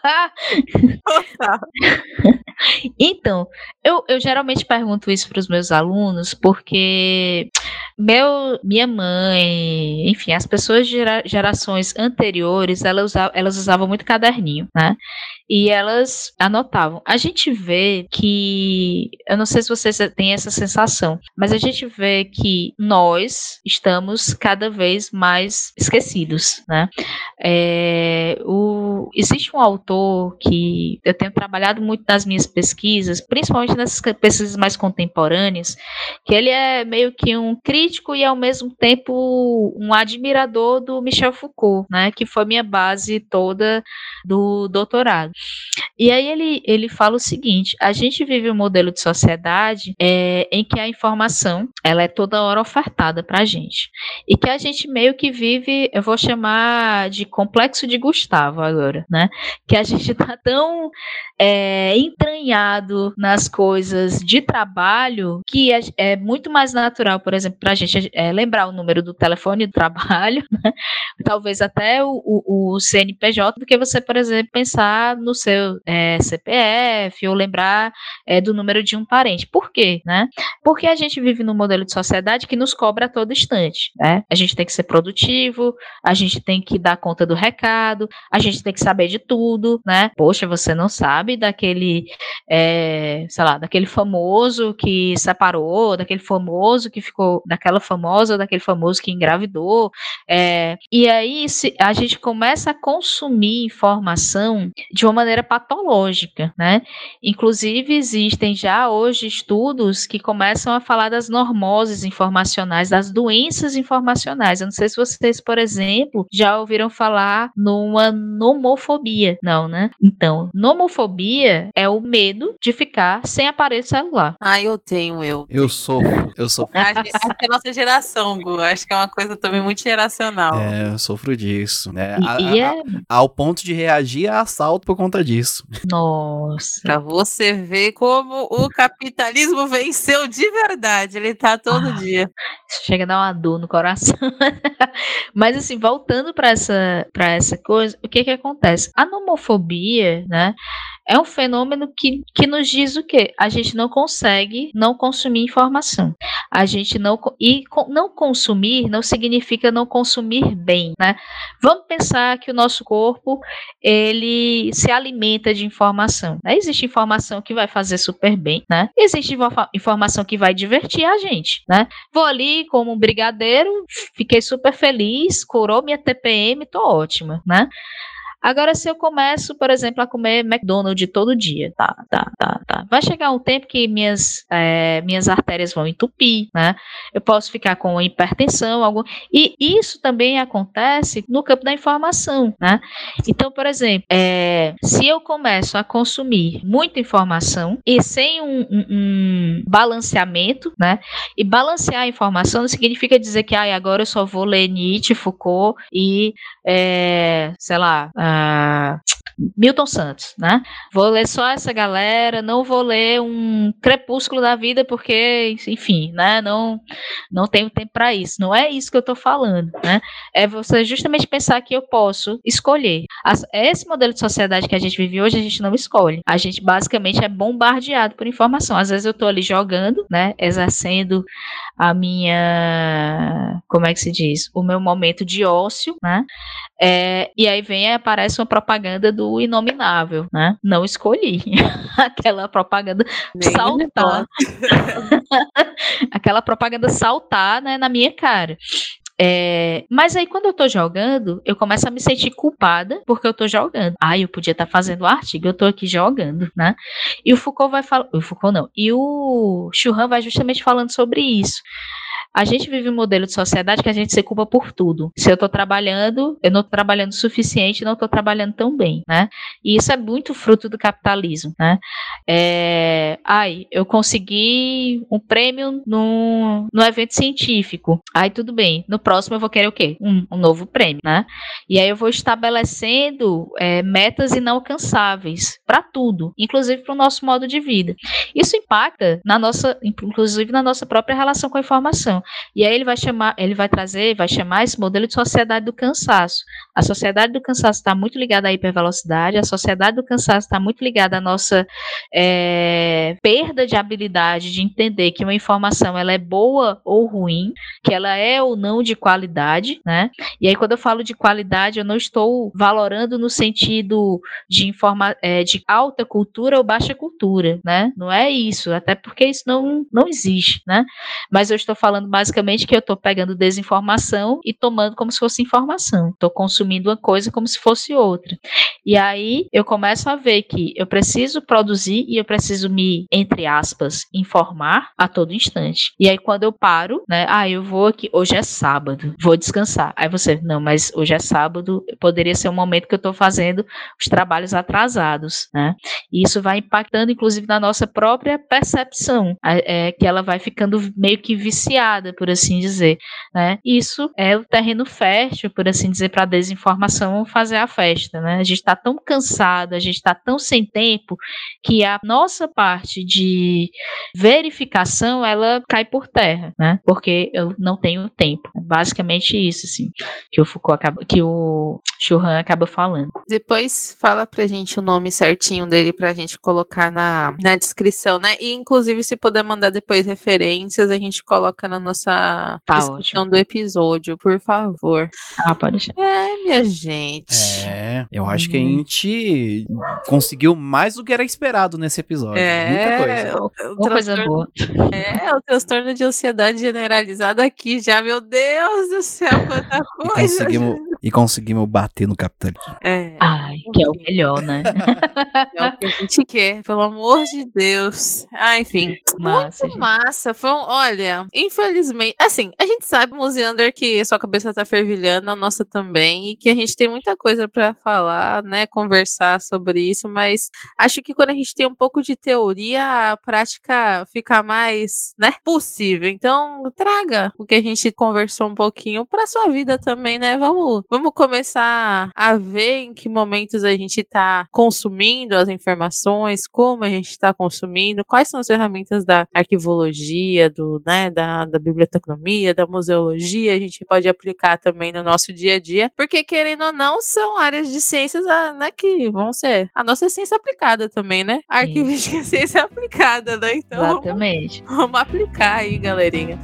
Então, eu geralmente pergunto isso para os meus alunos porque minha mãe, enfim, as pessoas de gerações anteriores, elas usavam muito caderninho, né? E elas anotavam. A gente vê que, eu não sei se vocês têm essa sensação, mas a gente vê que nós estamos cada vez mais esquecidos, né? Existe um autor que eu tenho trabalhado muito nas minhas pesquisas, principalmente nessas pesquisas mais contemporâneas, que ele é meio que um crítico e ao mesmo tempo um admirador do Michel Foucault, né? Que foi minha base toda do doutorado. E aí ele fala o seguinte: a gente vive um modelo de sociedade em que a informação ela é toda hora ofertada pra gente. E que a gente meio que vive, eu vou chamar de complexo de Gustavo agora, né? Que a gente tá tão entranhado nas coisas de trabalho que é muito mais natural, por exemplo, pra gente lembrar o número do telefone do trabalho, né? Talvez até o CNPJ, do que você, por exemplo, pensar no seu CPF ou lembrar do número de um parente. Por quê? Né? Porque a gente vive num modelo de sociedade que nos cobra a todo instante. Né? A gente tem que ser produtivo, a gente tem que dar conta do recado, a gente tem que saber de tudo, né? Poxa, você não sabe daquele, sei lá, daquele famoso que separou, daquele famoso que ficou, daquela famosa, daquele famoso que engravidou. E aí a gente começa a consumir informação de uma maneira patológica, né? Inclusive existem já hoje estudos que começam a falar das normoses informacionais, das doenças informacionais. Eu não sei se vocês, por exemplo, já ouviram falar numa nomofobia. Não, né? Então, nomofobia é o medo de ficar sem aparelho celular. Eu tenho. Eu sofro. Acho que é a nossa geração, Gu. Acho que é uma coisa também muito geracional. Eu sofro disso, né? E ao ponto de reagir a assalto por conta disso. Nossa. Pra você ver como o capitalismo venceu de verdade. Ele tá todo dia. Chega a dar uma dor no coração. Mas assim, voltando para essa coisa, o que acontece? A nomofobia, né? É um fenômeno que nos diz o quê? A gente não consegue não consumir informação. A gente não consumir não significa não consumir bem, né? Vamos pensar que o nosso corpo ele se alimenta de informação. Né? Existe informação que vai fazer super bem, né? Existe informação que vai divertir a gente, né? Vou ali como um brigadeiro, fiquei super feliz, curou minha TPM, tô ótima, né? Agora, se eu começo, por exemplo, a comer McDonald's todo dia, tá. Vai chegar um tempo que minhas artérias vão entupir, né? Eu posso ficar com hipertensão, e isso também acontece no campo da informação, né? Então, por exemplo, se eu começo a consumir muita informação e sem um balanceamento, né? E balancear a informação não significa dizer que agora eu só vou ler Nietzsche, Foucault e, sei lá, Milton Santos, né? Vou ler só essa galera, não vou ler um Crepúsculo da Vida porque, enfim, né? Não tenho tempo para isso. Não é isso que eu tô falando, né? É você justamente pensar que eu posso escolher. Esse modelo de sociedade que a gente vive hoje, a gente não escolhe. A gente basicamente é bombardeado por informação. Às vezes eu tô ali jogando, né? Exercendo a minha, como é que se diz? O meu momento de ócio, né? E aí aparece uma propaganda do Inominável, né? Não escolhi. Aquela propaganda saltar. Aquela propaganda saltar, né, na minha cara. Mas aí quando eu tô jogando, eu começo a me sentir culpada porque eu tô jogando. Eu podia estar fazendo o artigo, eu tô aqui jogando, né? E o Foucault vai falar, o Foucault não, e o Churran vai justamente falando sobre isso. A gente vive um modelo de sociedade que a gente se culpa por tudo. Se eu estou trabalhando, eu não estou trabalhando o suficiente, não estou trabalhando tão bem, né? E isso é muito fruto do capitalismo, né? Eu consegui um prêmio no evento científico. Tudo bem. No próximo eu vou querer o quê? Um novo prêmio, né? E aí eu vou estabelecendo metas inalcançáveis para tudo, inclusive para o nosso modo de vida. Isso impacta inclusive na nossa própria relação com a informação. E aí ele vai chamar esse modelo de sociedade do cansaço. A sociedade do cansaço está muito ligada à hipervelocidade, a sociedade do cansaço está muito ligada à nossa perda de habilidade de entender que uma informação ela é boa ou ruim, que ela é ou não de qualidade, né? E aí quando eu falo de qualidade, eu não estou valorando no sentido de alta cultura ou baixa cultura, né? Não é isso, até porque isso não existe, né? Mas eu estou falando falando basicamente que eu tô pegando desinformação e tomando como se fosse informação. Tô consumindo uma coisa como se fosse outra. E aí eu começo a ver que eu preciso produzir e eu preciso me, entre aspas, informar a todo instante. E aí quando eu paro, né? Eu vou aqui, hoje é sábado, vou descansar. Aí você, não, mas hoje é sábado, poderia ser um momento que eu tô fazendo os trabalhos atrasados, né? E isso vai impactando, inclusive, na nossa própria percepção, que ela vai ficando meio que viciada, por assim dizer, né? Isso é o terreno fértil, por assim dizer, para a desinformação fazer a festa, né? A gente está tão cansado, a gente está tão sem tempo, que a nossa parte de verificação, ela cai por terra, né? Porque eu não tenho tempo. É basicamente isso, assim, que o Churran acaba falando. Depois fala pra gente o nome certinho dele pra gente colocar na descrição, né? E inclusive se puder mandar depois referências, a gente coloca na nossa descrição do episódio, por favor. Pode deixar. Minha gente. Eu acho que a gente conseguiu mais do que era esperado nesse episódio. Muita coisa. Uma coisa boa. O transtorno de ansiedade generalizado aqui já, meu Deus do céu, quanta coisa. E conseguimos bater no capitalismo. Que é o melhor, né? É o que a gente quer, pelo amor de Deus. Enfim. Muito massa. Olha, infelizmente, assim, a gente sabe, Museander, que sua cabeça tá fervilhando, a nossa também, e que a gente tem muita coisa pra falar, né, conversar sobre isso, mas acho que quando a gente tem um pouco de teoria, a prática fica mais, né, possível. Então, traga o que a gente conversou um pouquinho pra sua vida também, né? Vamos começar a ver em que momentos a gente tá consumindo as informações, como a gente tá consumindo, quais são as ferramentas da arquivologia, da bibliotecnomia, da museologia, a gente pode aplicar também no nosso dia a dia, porque querendo ou não, são áreas de ciências, né, que vão ser a nossa ciência aplicada também, né? A arquivística é ciência aplicada, né? Então, exatamente. Vamos aplicar aí, galerinha.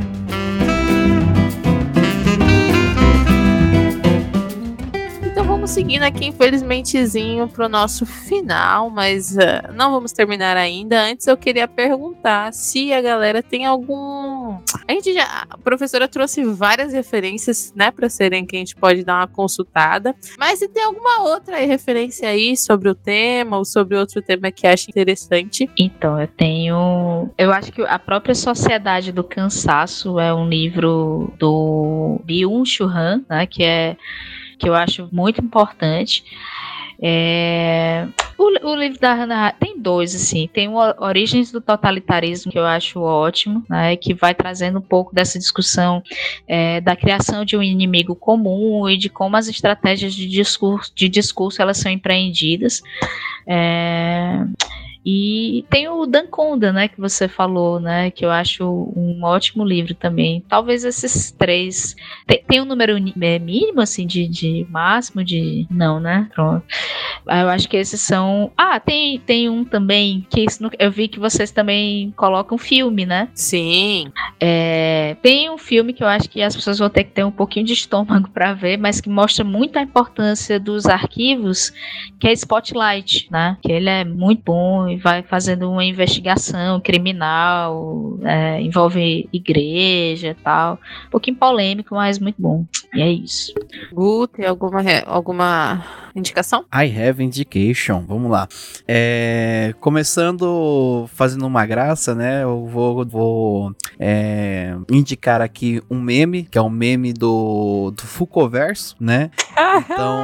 Então vamos seguindo aqui, infelizmentezinho, pro nosso final, mas não vamos terminar ainda. Antes eu queria perguntar se a galera tem algum... A professora trouxe várias referências, né, pra serem que a gente pode dar uma consultada, mas se tem alguma outra referência aí sobre o tema ou sobre outro tema que acha interessante? Então, eu acho que a própria Sociedade do Cansaço é um livro do Byung-Chul Han, né, que eu acho muito importante. O livro da Hannah tem dois, assim, tem o Origens do Totalitarismo, que eu acho ótimo, né, que vai trazendo um pouco dessa discussão da criação de um inimigo comum e de como as estratégias de discurso elas são empreendidas. E tem o Danconda, né, que você falou, né, que eu acho um ótimo livro também. Talvez esses três... Tem um número mínimo, assim, de máximo de... Não, né? Pronto. Eu acho que esses são... tem um também, que eu vi que vocês também colocam filme, né? Sim. Tem um filme que eu acho que as pessoas vão ter que ter um pouquinho de estômago para ver, mas que mostra muito a importância dos arquivos, que é Spotlight, né? Que ele é muito bom e vai fazendo uma investigação criminal, envolve igreja e tal. Um pouquinho polêmico, mas muito bom. E é isso. Tem alguma indicação? I have indication. Vamos lá. Começando fazendo uma graça, né? Eu vou indicar aqui um meme, que é um meme do Foucaultverso, né? Então,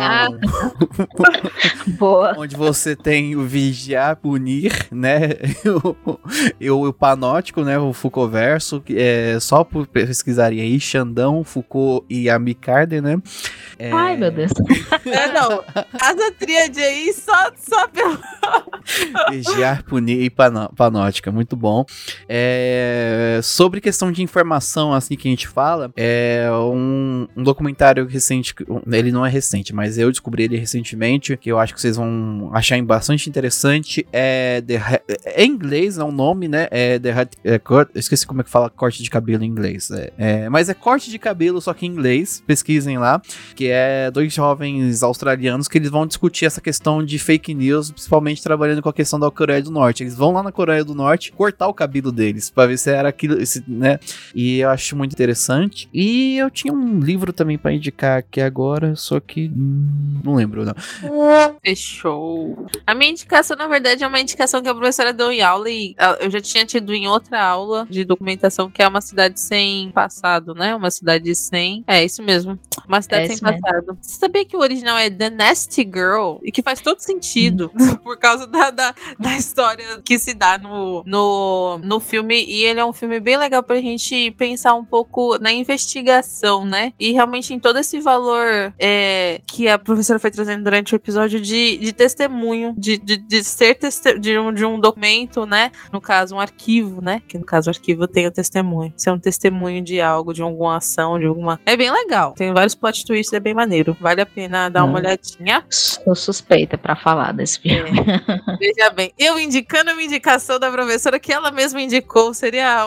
boa. Onde você tem o vigiar, punir, né? o panótico, né? O Foucaultverso, só por pesquisarem aí, Xandão, Foucault e Amicarden, né? Ai, meu Deus. Não, essa tríade aí só pelo... Vigiar, punir e panótica, muito bom. Sobre questão de informação, assim, que a gente fala, um documentário recente, ele não é recente, mas eu descobri ele recentemente, que eu acho que vocês vão achar bastante interessante, em inglês, é um nome, né, eu esqueci como é que fala corte de cabelo em inglês, mas é corte de cabelo, só que em inglês, pesquisem lá, que dois jovens australianos que eles vão discutir essa questão de fake news, principalmente trabalhando com a questão da Coreia do Norte. Eles vão lá na Coreia do Norte cortar o cabelo deles, pra ver se era aquilo, né? E eu acho muito interessante. E eu tinha um livro também pra indicar aqui agora, só que não lembro, não. Fechou. A minha indicação, na verdade, é uma indicação que a professora deu em aula e eu já tinha tido em outra aula de documentação, que é Uma Cidade Sem Passado, né? Uma cidade sem... É, isso mesmo. Uma cidade sem passado. Você sabia que o original é The Nasty Girl? E que faz todo sentido por causa da história que se dá no filme. E ele é um filme bem legal pra gente pensar um pouco na investigação, né? E realmente em todo esse valor que a professora foi trazendo durante o episódio de testemunho, de ser de um documento, né? No caso, um arquivo, né? Que no caso o arquivo tem o testemunho. Ser um testemunho de algo, de alguma ação, de alguma... É bem legal. Tem vários plot twists, é bem maneiro. Vale a pena dar uma olhadinha. Sou suspeita pra falar desse filme. Veja bem, eu indicando uma indicação da professora que ela mesma indicou, seria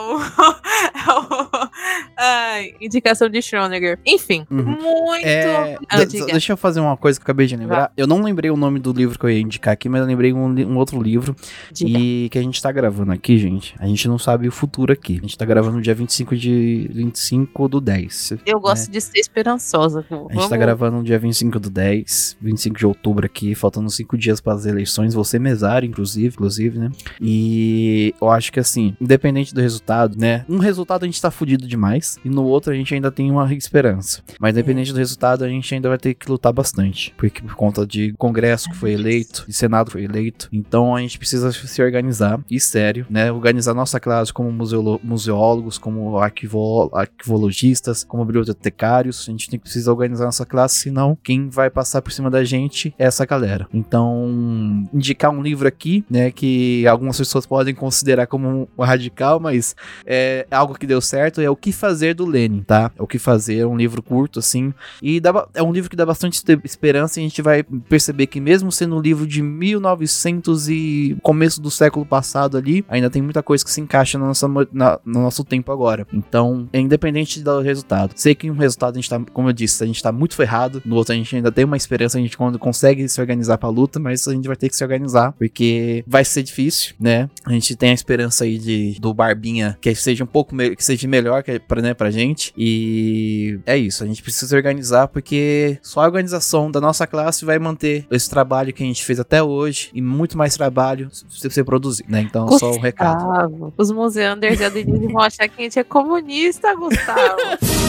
indicação de Schrödinger. Enfim, muito... Deixa eu fazer uma coisa que eu acabei de lembrar. Eu não lembrei o nome do livro que eu ia indicar aqui, mas eu lembrei um outro livro. E que a gente tá gravando aqui, gente. A gente não sabe o futuro aqui. A gente tá gravando no dia 25 do 10. Eu gosto de ser esperançosa. A gente tá gravando no dia 25 do 10, 25 de outubro aqui, faltando 5 dias para as eleições. Vou ser mesário, inclusive, né? E eu acho que assim, independente do resultado, né? Um resultado a gente tá fudido demais, e no outro a gente ainda tem uma esperança. Mas independente do resultado, a gente ainda vai ter que lutar bastante. Porque por conta de Congresso que foi eleito, de Senado que foi eleito. Então a gente precisa se organizar, e sério, né? Organizar nossa classe como museólogos, como arquivologistas, como bibliotecários. A gente precisa organizar nossa classe, senão quem vai passar por cima da gente é essa galera. Então, indicar um livro aqui, né, que algumas pessoas podem considerar como um radical, mas é algo que deu certo, é O Que Fazer, do Lenin, tá? É O Que Fazer, é um livro curto, assim, e é um livro que dá bastante esperança, e a gente vai perceber que mesmo sendo um livro de 1900 e começo do século passado ali, ainda tem muita coisa que se encaixa no nosso tempo agora. Então, é independente do resultado. Sei que um resultado a gente tá, como eu disse, a gente tá muito ferrado, no outro a gente ainda tem uma esperança, a gente quando consegue se organizar pra luta, mas a gente vai ter que se organizar, porque vai ser difícil, né? A gente tem a esperança aí do Barbinha, que seja um pouco que seja melhor pra gente, e é isso, a gente precisa se organizar, porque só a organização da nossa classe vai manter esse trabalho que a gente fez até hoje, e muito mais trabalho se você produzir, né? Então, só um recado. Os museanders e a Denise vão achar que a gente é comunista, Gustavo.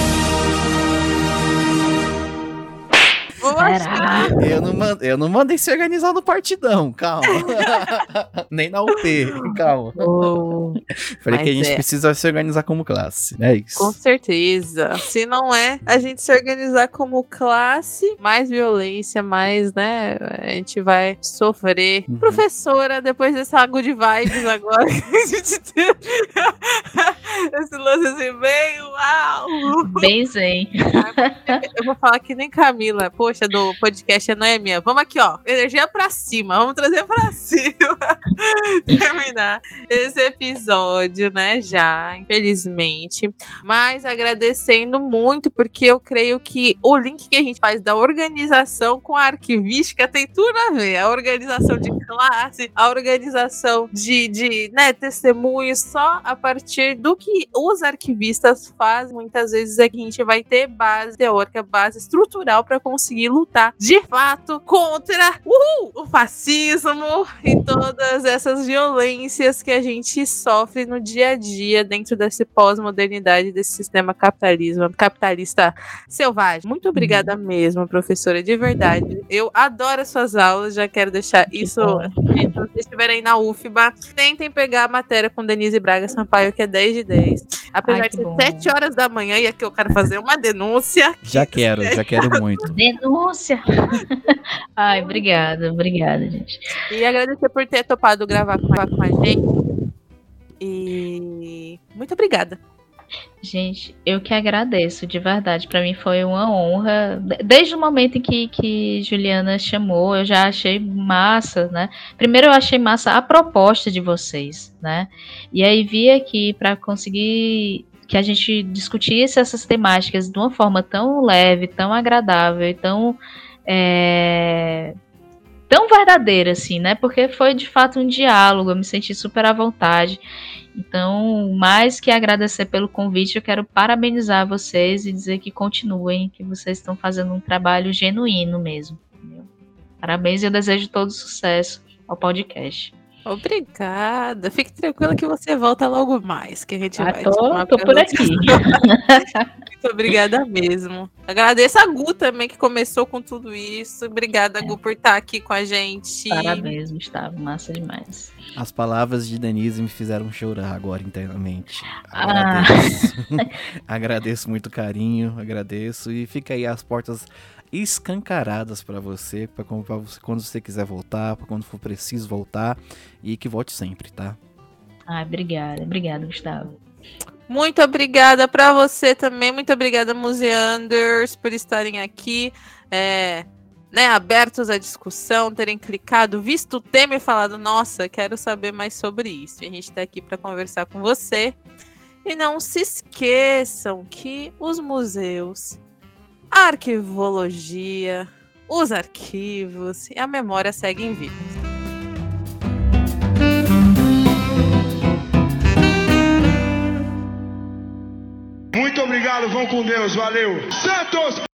Eu não mandei se organizar no partidão, calma. Nem na UP, calma. Falei que a gente precisa se organizar como classe, é isso. Com certeza. Se não a gente se organizar como classe, mais violência, mais, né, a gente vai sofrer. Professora, depois dessa good vibes agora, a gente tem esse lance assim, bem uau. Bem zen. Eu vou falar que nem Camila, poxa, do podcast não é minha. Vamos aqui, ó, energia pra cima, vamos trazer pra cima. Terminar esse episódio, né, já, infelizmente, mas agradecendo muito, porque eu creio que o link que a gente faz da organização com a arquivística tem tudo a ver, a organização de classe, a organização de né, testemunhos, só a partir do que os arquivistas fazem, muitas vezes é que a gente vai ter base teórica, base estrutural para conseguir lutar de fato contra o fascismo e todas essas violências que a gente sofre no dia a dia dentro dessa pós-modernidade, desse sistema capitalista selvagem. Muito obrigada mesmo, professora, de verdade. Eu adoro as suas aulas, já quero deixar isso. Se vocês estiverem na UFBA, tentem pegar a matéria com Denise Braga Sampaio, que é 10 de 10. Apesar de ser 7 horas da manhã, e aqui eu quero fazer uma denúncia. Já quero muito. Denúncia! Ai, obrigada, gente. E agradecer por ter topado gravar com a gente. E muito obrigada. Gente, eu que agradeço, de verdade. Pra mim foi uma honra. Desde o momento em que Juliana chamou, eu já achei massa, né? Primeiro eu achei massa a proposta de vocês, né? E aí vi aqui pra conseguir que a gente discutisse essas temáticas de uma forma tão leve, tão agradável e tão tão verdadeira, assim, né? Porque foi de fato um diálogo, eu me senti super à vontade. Então, mais que agradecer pelo convite, eu quero parabenizar vocês e dizer que continuem, que vocês estão fazendo um trabalho genuíno mesmo. Entendeu? Parabéns e eu desejo todo sucesso ao podcast. Obrigada. Fique tranquila que você volta logo mais, que a gente vai te chamar tô por aqui. Muito obrigada mesmo. Agradeço a Gu também, que começou com tudo isso. Obrigada, Gu, por estar aqui com a gente. Parabéns, Gustavo. Massa demais. As palavras de Denise me fizeram chorar agora internamente. Agradeço. Agradeço muito o carinho, agradeço. E fica aí as portas escancaradas para você, para quando você quiser voltar, para quando for preciso voltar, e que volte sempre, tá? Obrigada, Gustavo. Muito obrigada para você também, muito obrigada, Museanders, por estarem aqui, abertos à discussão, terem clicado, visto o tema e falado, nossa, quero saber mais sobre isso. E a gente está aqui para conversar com você. E não se esqueçam que os museus, a arquivologia, os arquivos e a memória seguem vivos. Muito obrigado, vão com Deus, valeu. Santos!